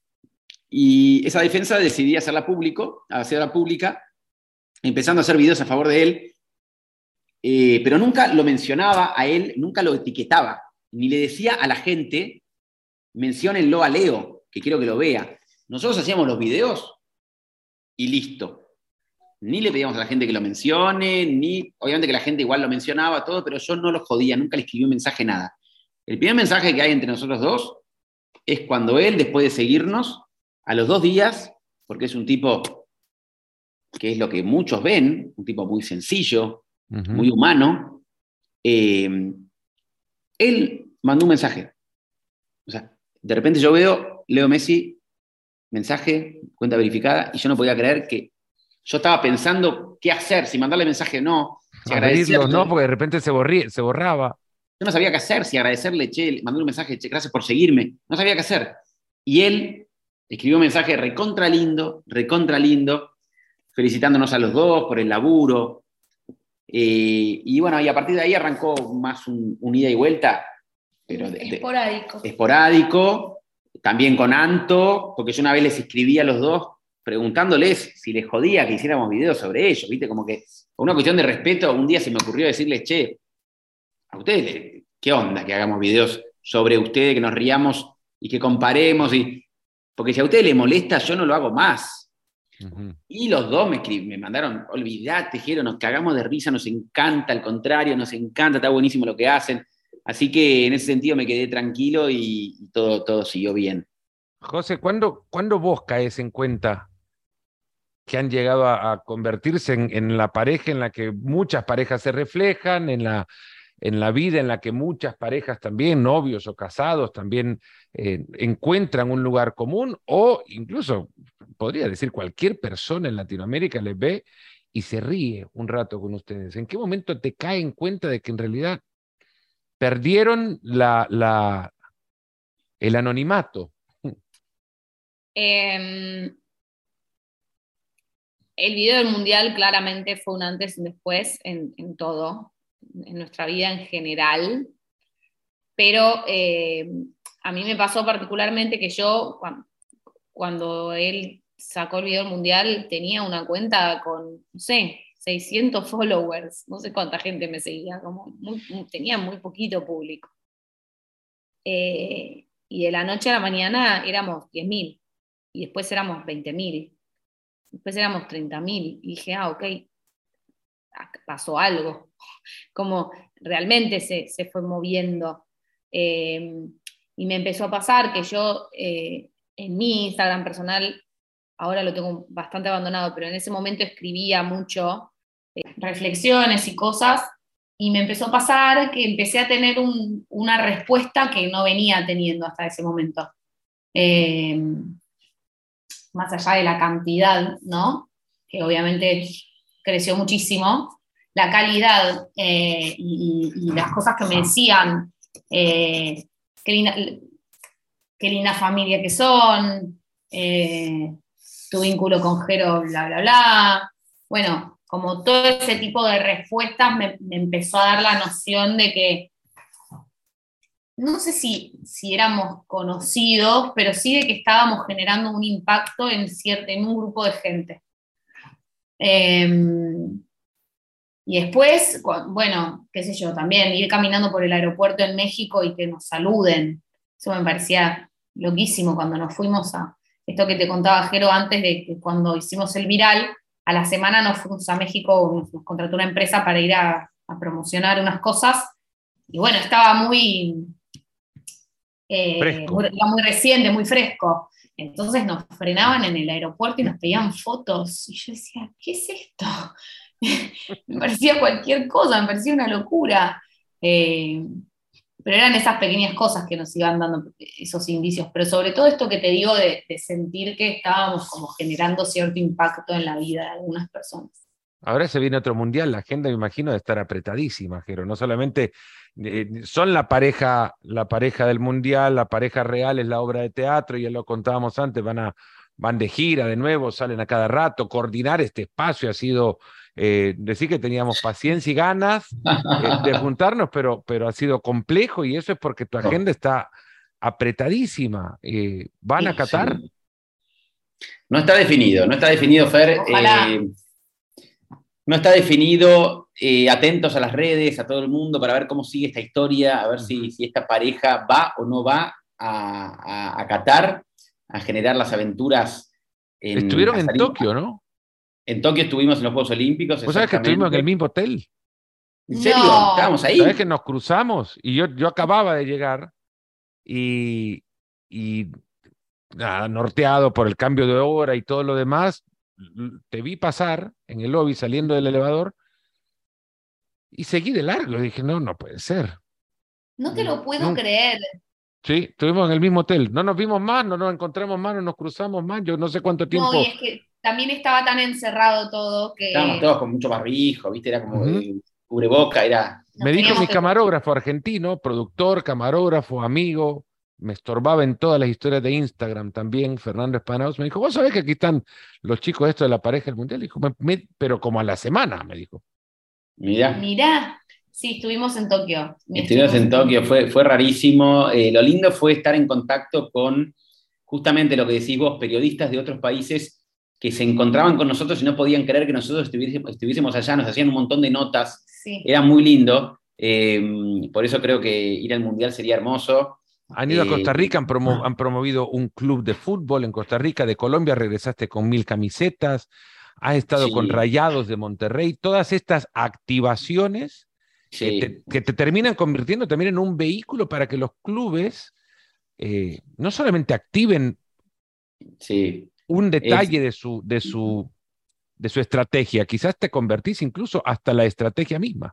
Y esa defensa decidí hacerla público, hacerla pública, empezando a hacer videos a favor de él, eh, pero nunca lo mencionaba a él, nunca lo etiquetaba, ni le decía a la gente, menciónenlo a Leo, que quiero que lo vea. Nosotros hacíamos los videos y listo. Ni le pedíamos a la gente que lo mencione, ni, obviamente que la gente igual lo mencionaba, todo, pero yo no lo jodía, nunca le escribí un mensaje, nada. El primer mensaje que hay entre nosotros dos es cuando él, después de seguirnos, a los dos días, porque es un tipo que es lo que muchos ven, un tipo muy sencillo, uh-huh. muy humano, eh, él mandó un mensaje. O sea, de repente yo veo Leo Messi, mensaje, cuenta verificada, y yo no podía creer que yo estaba pensando qué hacer, si mandarle mensaje o no, si agradecerle. No, porque de repente se, borrí, se borraba. Yo no sabía qué hacer, si agradecerle, che, mandé un mensaje, che, gracias por seguirme. No sabía qué hacer. Y él escribió un mensaje recontra lindo, recontra lindo, felicitándonos a los dos por el laburo. Eh, y bueno, y a partir de ahí arrancó más un, un ida y vuelta, pero de, de, esporádico. esporádico, también con Anto, porque yo una vez les escribí a los dos preguntándoles si les jodía que hiciéramos videos sobre ellos, ¿viste? Como que por una cuestión de respeto, un día se me ocurrió decirles, che, a ustedes, ¿qué onda que hagamos videos sobre ustedes, que nos riamos y que comparemos? Y, porque si a ustedes les molesta, yo no lo hago más. Uh-huh. Y los dos me, me mandaron, olvidate, Jero, nos cagamos de risa, nos encanta, al contrario, nos encanta, está buenísimo lo que hacen. Así que en ese sentido me quedé tranquilo y, y todo, todo siguió bien. José, ¿cuándo, ¿cuándo vos caes en cuenta que han llegado a, a convertirse en, en la pareja en la que muchas parejas se reflejan, en la, en la vida en la que muchas parejas también, novios o casados, también eh, encuentran un lugar común, o incluso, podría decir, cualquier persona en Latinoamérica les ve y se ríe un rato con ustedes? ¿En qué momento te cae en cuenta de que en realidad perdieron la, la, el anonimato? Eh, el video del Mundial claramente fue un antes y un después en, en todo, en nuestra vida en general, pero eh, a mí me pasó particularmente que yo, cuando, cuando él sacó el video del Mundial, tenía una cuenta con, no sé, seiscientos followers, no sé cuánta gente me seguía, como muy, muy, tenía muy poquito público. Eh, y de la noche a la mañana éramos diez mil, y después éramos veinte mil, después éramos treinta mil, y dije, ah, ok, pasó algo, como realmente se, se fue moviendo. Eh, y me empezó a pasar que yo eh, en mi Instagram personal, ahora lo tengo bastante abandonado, pero en ese momento escribía mucho eh, reflexiones y cosas, y me empezó a pasar que empecé a tener un, una respuesta que no venía teniendo hasta ese momento. Eh, más allá de la cantidad, ¿no? Que obviamente creció muchísimo, la calidad eh, y, y las cosas que me decían, eh, qué, linda, qué linda familia que son, eh, tu vínculo con Jero, bla, bla, bla. Bueno, como todo ese tipo de respuestas me, me empezó a dar la noción de que, no sé si, si éramos conocidos, pero sí de que estábamos generando un impacto en, cierto, en un grupo de gente. Eh, y después, bueno, qué sé yo, también ir caminando por el aeropuerto en México y que nos saluden. Eso me parecía loquísimo cuando nos fuimos a, esto que te contaba Jero antes de que cuando hicimos el viral, a la semana nos fuimos a México, nos, nos contrató una empresa para ir a, a promocionar unas cosas, y bueno, estaba muy, eh, muy, muy reciente, muy fresco. Entonces nos frenaban en el aeropuerto y nos pedían fotos, y yo decía, ¿qué es esto? Me parecía cualquier cosa, me parecía una locura. Eh, pero eran esas pequeñas cosas que nos iban dando esos indicios, pero sobre todo esto que te digo de, de sentir que estábamos como generando cierto impacto en la vida de algunas personas. Ahora se viene otro mundial, la agenda me imagino de estar apretadísima, Jero. No solamente eh, son la pareja, la pareja del mundial, la pareja real es la obra de teatro, ya lo contábamos antes, van, a, van de gira de nuevo, salen a cada rato. Coordinar este espacio ha sido, eh, decir que teníamos paciencia y ganas eh, de juntarnos, pero, pero ha sido complejo, y eso es porque tu agenda está apretadísima. Eh, ¿Van a Qatar? Sí. No está definido, no está definido, Fer. Ojalá. Eh, No está definido, eh, atentos a las redes, a todo el mundo, para ver cómo sigue esta historia, a ver si, si esta pareja va o no va a, a, a Qatar, a generar las aventuras. En Estuvieron en Casarín. Tokio, ¿no? En Tokio estuvimos en los Juegos Olímpicos. ¿Vos sabés que estuvimos en el mismo hotel? ¿En serio? No. ¿Estábamos ahí? ¿Sabés que nos cruzamos? Y yo, yo acababa de llegar y, y nada, norteado por el cambio de hora y todo lo demás, te vi pasar en el lobby saliendo del elevador y seguí de largo. Dije, no, no puede ser. No te lo puedo no. creer. Sí, estuvimos en el mismo hotel. No nos vimos más, no nos encontramos más, no nos cruzamos más. Yo no sé cuánto tiempo. No, y es que también estaba tan encerrado todo que... Estábamos todos con mucho barbijo, ¿viste? Era como Ujú. eh, cubreboca, era... Me dijo mi que... camarógrafo argentino, productor, camarógrafo, amigo, me estorbaba en todas las historias de Instagram también, Fernando Espanaus, me dijo, ¿vos sabés que aquí están los chicos estos de la pareja del mundial? Dijo, me, me, pero como a la semana, me dijo. Mirá. Mirá. Sí, estuvimos en Tokio. Estuvimos en Tokio, fue, fue rarísimo. Eh, lo lindo fue estar en contacto con justamente lo que decís vos, periodistas de otros países que se encontraban con nosotros y no podían creer que nosotros estuviésemos, estuviésemos allá, nos hacían un montón de notas, sí. Era muy lindo. Eh, por eso creo que ir al Mundial sería hermoso. Han ido eh, a Costa Rica, han, promo han promovido un club de fútbol en Costa Rica. De Colombia regresaste con mil camisetas, has estado sí. con Rayados de Monterrey. Todas estas activaciones sí. que, te, que te terminan convirtiendo también en un vehículo para que los clubes eh, no solamente activen sí. un detalle es... de, su, de, su, de su estrategia, quizás te convertís incluso hasta la estrategia misma.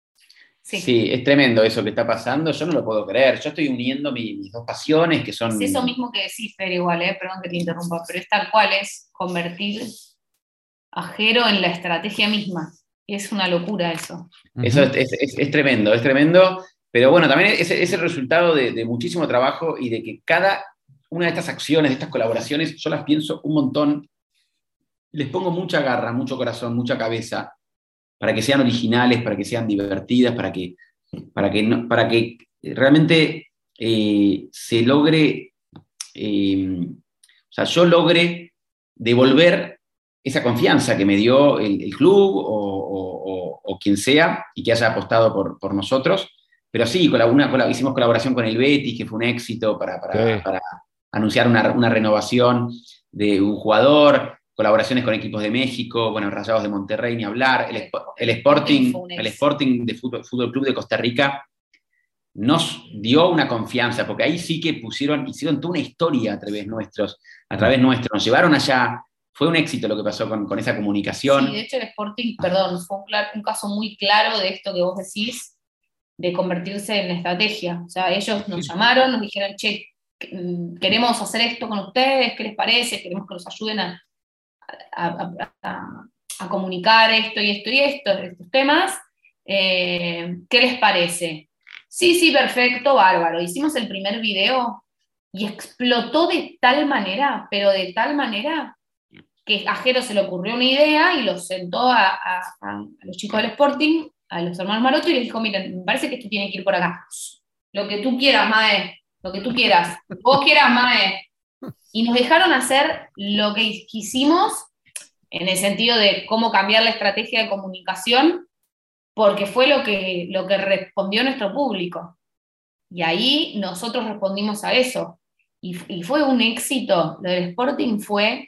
Sí. sí, es tremendo eso que está pasando, yo no lo puedo creer, yo estoy uniendo mi, mis dos pasiones que son... Es eso mismo que decís, Fer, igual, eh, perdón que te interrumpa, pero es tal cual, es convertir a Jero en la estrategia misma, es una locura eso. Eso uh-huh. es, es, es tremendo, es tremendo, pero bueno, también es, es el resultado de, de muchísimo trabajo y de que cada una de estas acciones, de estas colaboraciones, yo las pienso un montón, les pongo mucha garra, mucho corazón, mucha cabeza, para que sean originales, para que sean divertidas, para que, para que, no, para que realmente eh, se logre, eh, o sea, yo logre devolver esa confianza que me dio el, el club o, o, o, o quien sea y que haya apostado por, por nosotros. Pero sí, con la, una, con la, hicimos colaboración con el Betis, que fue un éxito para, para, sí. para anunciar una, una renovación de un jugador. Colaboraciones con equipos de México, bueno, Rayados de Monterrey, ni hablar, el, el Sporting, el Sporting de Fútbol, Fútbol Club de Costa Rica nos dio una confianza, porque ahí sí que pusieron, hicieron toda una historia a través nuestros, a través nuestro, nos llevaron allá, fue un éxito lo que pasó con, con esa comunicación. Sí, de hecho el Sporting, perdón, fue un, un caso muy claro de esto que vos decís, de convertirse en estrategia, o sea, ellos nos sí. llamaron, nos dijeron, che, queremos hacer esto con ustedes, ¿qué les parece? Queremos que nos ayuden a A, a, a, a comunicar esto y esto y esto, estos temas, eh, ¿qué les parece? Sí, sí, perfecto, bárbaro. Hicimos el primer video y explotó de tal manera, pero de tal manera que a Jero se le ocurrió una idea y lo sentó a, a, a los chicos del Sporting, a los hermanos Maroto, y les dijo, miren, me parece que esto tiene que ir por acá. Lo que tú quieras, Mae, lo que tú quieras. Vos quieras, Mae. Y nos dejaron hacer lo que quisimos en el sentido de cómo cambiar la estrategia de comunicación, porque fue lo que, lo que respondió nuestro público. Y ahí nosotros respondimos a eso. Y, y fue un éxito. Lo del Sporting fue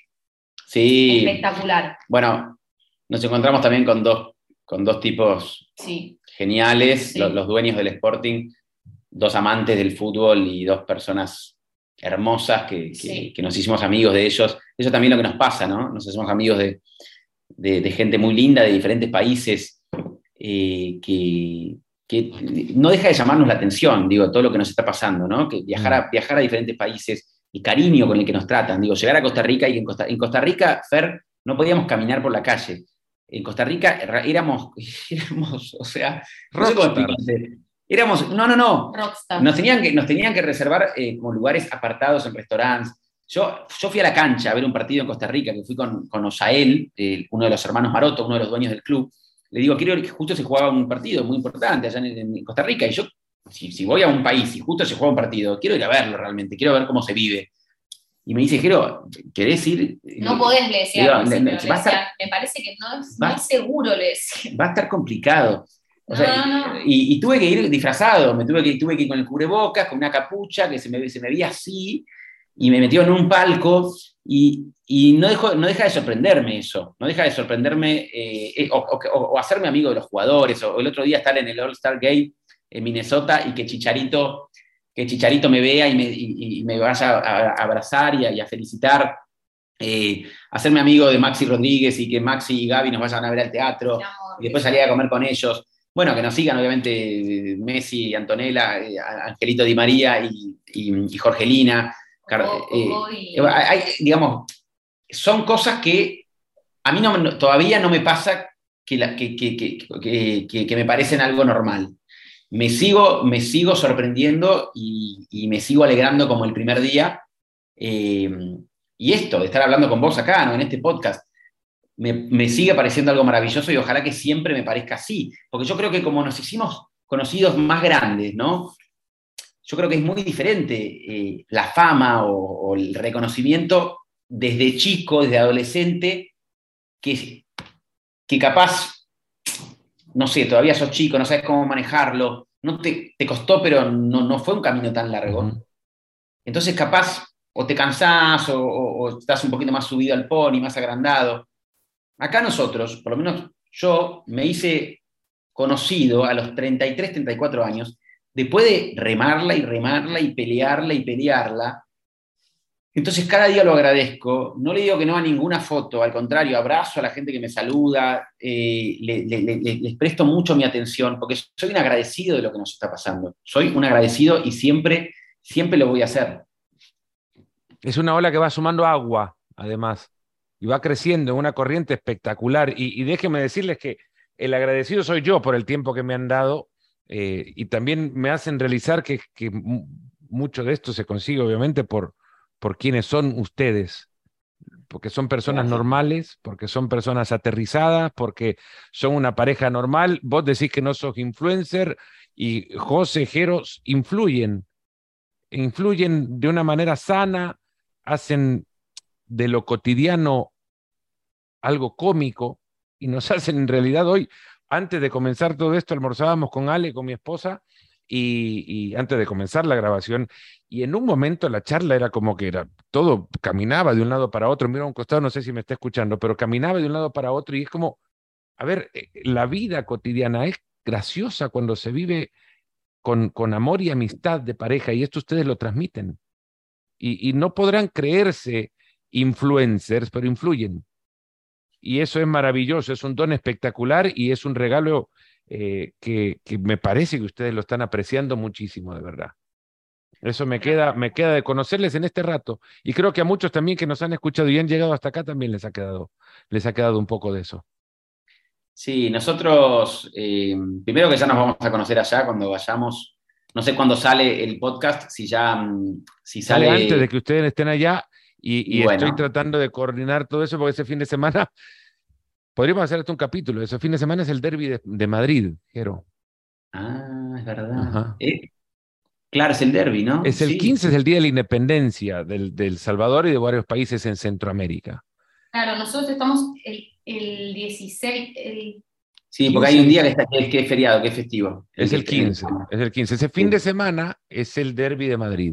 sí. espectacular. Bueno, nos encontramos también con dos, con dos tipos sí. geniales, sí. Los, los dueños del Sporting, dos amantes del fútbol y dos personas hermosas que, que, sí. que nos hicimos amigos de ellos. Eso también es lo que nos pasa, ¿no? Nos hacemos amigos de, de, de gente muy linda, de diferentes países, eh, que, que no deja de llamarnos la atención, digo, todo lo que nos está pasando, ¿no? Que viajar a, viajar a diferentes países, el cariño con el que nos tratan, digo, llegar a Costa Rica y en Costa, en Costa Rica, Fer, no podíamos caminar por la calle. En Costa Rica éramos, éramos o sea, no sé cómo explicarte. Éramos, no, no, no, Rockstar. Nos tenían que, nos tenían que reservar eh, como lugares apartados en restaurantes. Yo, yo fui a la cancha a ver un partido en Costa Rica, que fui con, con Osael, eh, uno de los hermanos Maroto, uno de los dueños del club. Le digo, quiero que justo se jugaba un partido muy importante allá en, en Costa Rica, y yo, si, si voy a un país y justo se juega un partido, quiero ir a verlo realmente, quiero ver cómo se vive. Y me dice, Jero, ¿querés ir? No podés, le decía, digo, le, le, va a estar, me parece que no es, va, no es seguro, le decía. Va a estar complicado. O sea, no, no, no. Y, y tuve que ir disfrazado, me tuve que, tuve que ir con el cubrebocas, con una capucha que se me, se me veía así, y me metió en un palco, y, y no, dejo, no deja de sorprenderme eso, no deja de sorprenderme, eh, o, o, o hacerme amigo de los jugadores, o el otro día estar en el All-Star Game en Minnesota y que Chicharito, que Chicharito me vea y me, y, y me vaya a, a abrazar y a, y a felicitar. eh, hacerme amigo de Maxi Rodríguez y que Maxi y Gaby nos vayan a ver al teatro, y después salir a comer con ellos. Bueno, que nos sigan, obviamente, Messi, Antonella, eh, Angelito Di María y, y, y Jorgelina. Oh, oh, eh, y... hay, digamos, son cosas que a mí no, todavía no me pasa que, la, que, que, que, que, que, que me parecen algo normal. Me sigo, me sigo sorprendiendo y, y me sigo alegrando como el primer día. Eh, y esto, de estar hablando con vos acá, ¿no? En este podcast, me, me sigue pareciendo algo maravilloso y ojalá que siempre me parezca así. Porque yo creo que como nos hicimos conocidos más grandes, ¿no? Yo creo que es muy diferente eh, la fama o, o el reconocimiento desde chico, desde adolescente, que, que capaz, no sé, todavía sos chico, no sabes cómo manejarlo, no te, te costó, pero no, no fue un camino tan largo. Uh-huh. Entonces capaz o te cansás o, o, o estás un poquito más subido al pony, más agrandado. Acá nosotros, por lo menos yo, me hice conocido a los treinta y tres, treinta y cuatro años, después de remarla y remarla y pelearla y pelearla. Entonces cada día lo agradezco, no le digo que no a ninguna foto, al contrario, abrazo a la gente que me saluda, eh, le, le, le, les presto mucho mi atención, porque soy un agradecido de lo que nos está pasando, soy un agradecido y siempre, siempre lo voy a hacer. Es una ola que va sumando agua, además, y va creciendo en una corriente espectacular, y, y déjenme decirles que el agradecido soy yo por el tiempo que me han dado, eh, y también me hacen realizar que, que mucho de esto se consigue, obviamente, por por quienes son ustedes, porque son personas Gracias. normales, porque son personas aterrizadas, porque son una pareja normal. Vos decís que no sos influencer y José, Jero influyen, influyen de una manera sana, hacen de lo cotidiano algo cómico y nos hacen en realidad hoy, antes de comenzar todo esto, almorzábamos con Ale, con mi esposa, Y, y antes de comenzar la grabación, y en un momento la charla era como que era, todo caminaba de un lado para otro, mira a un costado, no sé si me está escuchando, pero caminaba de un lado para otro y es como, a ver, la vida cotidiana es graciosa cuando se vive con, con amor y amistad de pareja, y esto ustedes lo transmiten. Y, y no podrán creerse influencers, pero influyen. Y eso es maravilloso, es un don espectacular y es un regalo Eh, que, que me parece que ustedes lo están apreciando muchísimo, de verdad. Eso me queda, me queda de conocerles en este rato. Y creo que a muchos también que nos han escuchado y han llegado hasta acá también les ha quedado, les ha quedado un poco de eso. Sí, nosotros, eh, primero que ya nos vamos a conocer allá cuando vayamos. No sé cuándo sale el podcast, si ya si sale... sale antes de que ustedes estén allá y, y, y bueno. Estoy tratando de coordinar todo eso porque ese fin de semana... Podríamos hacer hasta un capítulo. Ese fin de semana es el derbi de, de Madrid, Jero. Ah, es verdad. Eh, claro, es el derbi, ¿no? Es el sí. quince, es el Día de la Independencia del, del Salvador y de varios países en Centroamérica. Claro, nosotros estamos el, el dieciséis... El... Sí, porque hay un día que, está, que, es, que es feriado, que es festivo. Es el quince, es el quince. Ese fin sí. de semana es el derbi de Madrid.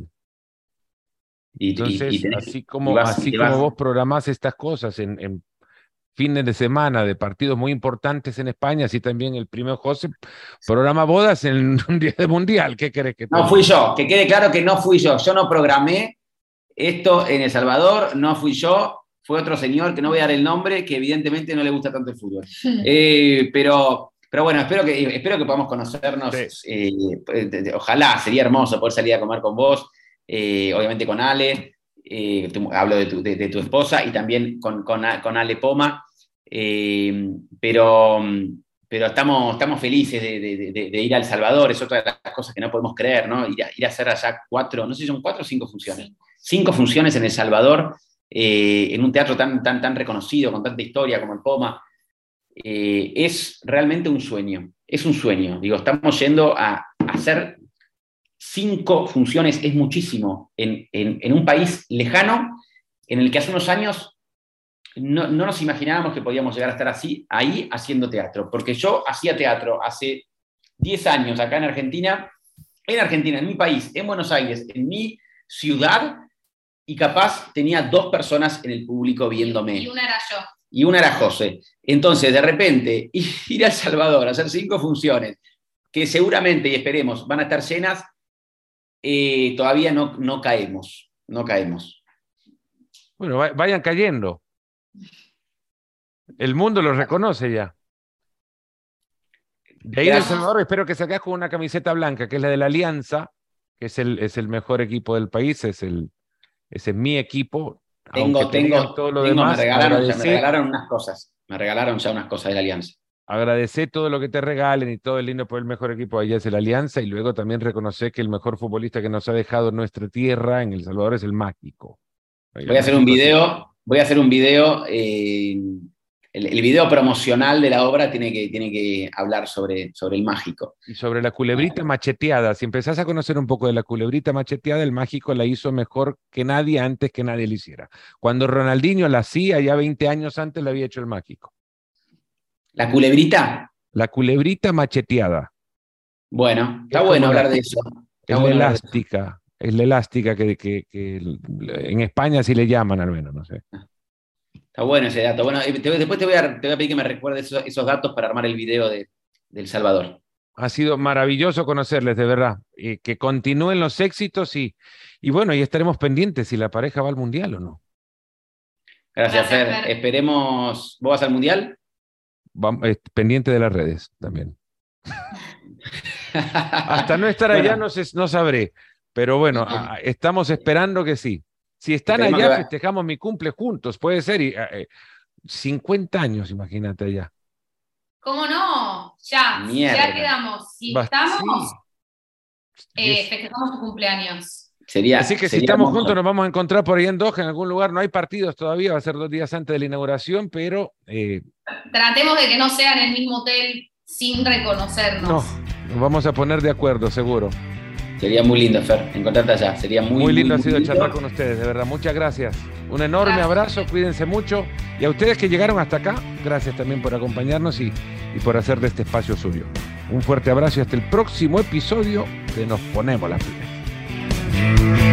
Y, Entonces, y, y tenés, así como, vas, así como vos programás estas cosas en... en fines de semana de partidos muy importantes en España, así también el primo José programa bodas en un día de mundial. ¿Qué querés que te No fui yo, que quede claro que no fui yo. Yo no programé esto en El Salvador, no fui yo, fue otro señor que no voy a dar el nombre, que evidentemente no le gusta tanto el fútbol. eh, pero, pero bueno, espero que, espero que podamos conocernos. Sí. Eh, ojalá, sería hermoso poder salir a comer con vos, eh, obviamente con Ale. Eh, tu, hablo de tu, de, de tu esposa y también con, con, con Ale Poma. Eh, pero, pero estamos, estamos felices de, de, de, de ir a El Salvador, es otra de las cosas que no podemos creer, ¿no? Ir a, ir a hacer allá cuatro, no sé si son cuatro o cinco funciones, cinco funciones en El Salvador, eh, en un teatro tan, tan, tan reconocido, con tanta historia como el Poma, eh, es realmente un sueño, es un sueño, digo, estamos yendo a, a hacer cinco funciones, es muchísimo, en, en, en un país lejano, en el que hace unos años No, no nos imaginábamos que podíamos llegar a estar así, ahí haciendo teatro, porque yo hacía teatro hace diez años acá en Argentina, en Argentina, en mi país, en Buenos Aires, en mi ciudad, y capaz tenía dos personas en el público viéndome. Y una era yo. Y una era José. Entonces, de repente, ir a El Salvador a hacer cinco funciones, que seguramente, y esperemos, van a estar llenas, eh, todavía no, no caemos, no caemos. Bueno, vayan cayendo. El mundo los reconoce ya. De ahí de El Salvador espero que salgas con una camiseta blanca, que es la de la Alianza, que es el, es el mejor equipo del país, es, el, ese es mi equipo. Tengo, tengo, todo lo tengo demás, me, regalaron, me regalaron unas cosas, me regalaron ya unas cosas de la Alianza. Agradecer todo lo que te regalen y todo el lindo por el mejor equipo allá es la Alianza, y luego también reconocer que el mejor futbolista que nos ha dejado nuestra tierra en El Salvador es el Mágico. Voy a hacer un video, voy a hacer un video, eh, el, el video promocional de la obra tiene que, tiene que hablar sobre, sobre el Mágico. Y sobre la culebrita macheteada, si empezás a conocer un poco de la culebrita macheteada, el Mágico la hizo mejor que nadie antes que nadie la hiciera. Cuando Ronaldinho la hacía, ya veinte años antes la había hecho el Mágico. ¿La culebrita? La culebrita macheteada. Bueno, está es bueno hablar la, de eso. Está es bueno la elástica, es la elástica que, que, que en España sí le llaman al menos, no sé. Está bueno ese dato. Bueno, te, después te voy, a, te voy a pedir que me recuerdes esos, esos datos para armar el video de, de El Salvador. Ha sido maravilloso conocerles, de verdad. Y que continúen los éxitos y, y bueno, y estaremos pendientes si la pareja va al Mundial o no. Gracias, Fer. Fer. Esperemos... ¿Vos vas al Mundial? Vamos, eh, pendiente de las redes también. Hasta no estar allá bueno. no, sé, no sabré. Pero bueno, a, estamos esperando que sí. Si están Esperemos allá, festejamos mi cumple juntos. Puede ser y, eh, cincuenta años, imagínate allá. ¿Cómo no? Ya, Mierda. ya quedamos. Si Va, estamos, sí. eh, festejamos tu cumpleaños. Sería, Así que sería si estamos hermoso. juntos nos vamos a encontrar por ahí en Doha, en algún lugar. No hay partidos todavía, va a ser dos días antes de la inauguración, pero... Eh, Tratemos de que no sea en el mismo hotel sin reconocernos. No, nos vamos a poner de acuerdo, seguro. Sería muy lindo, Fer, encontrarte allá. Sería muy, muy lindo muy, ha sido lindo. charlar con ustedes, de verdad. Muchas gracias. Un enorme gracias. abrazo, cuídense mucho. Y a ustedes que llegaron hasta acá, gracias también por acompañarnos y, y por hacer de este espacio suyo. Un fuerte abrazo y hasta el próximo episodio de Nos Ponemos las Pilas.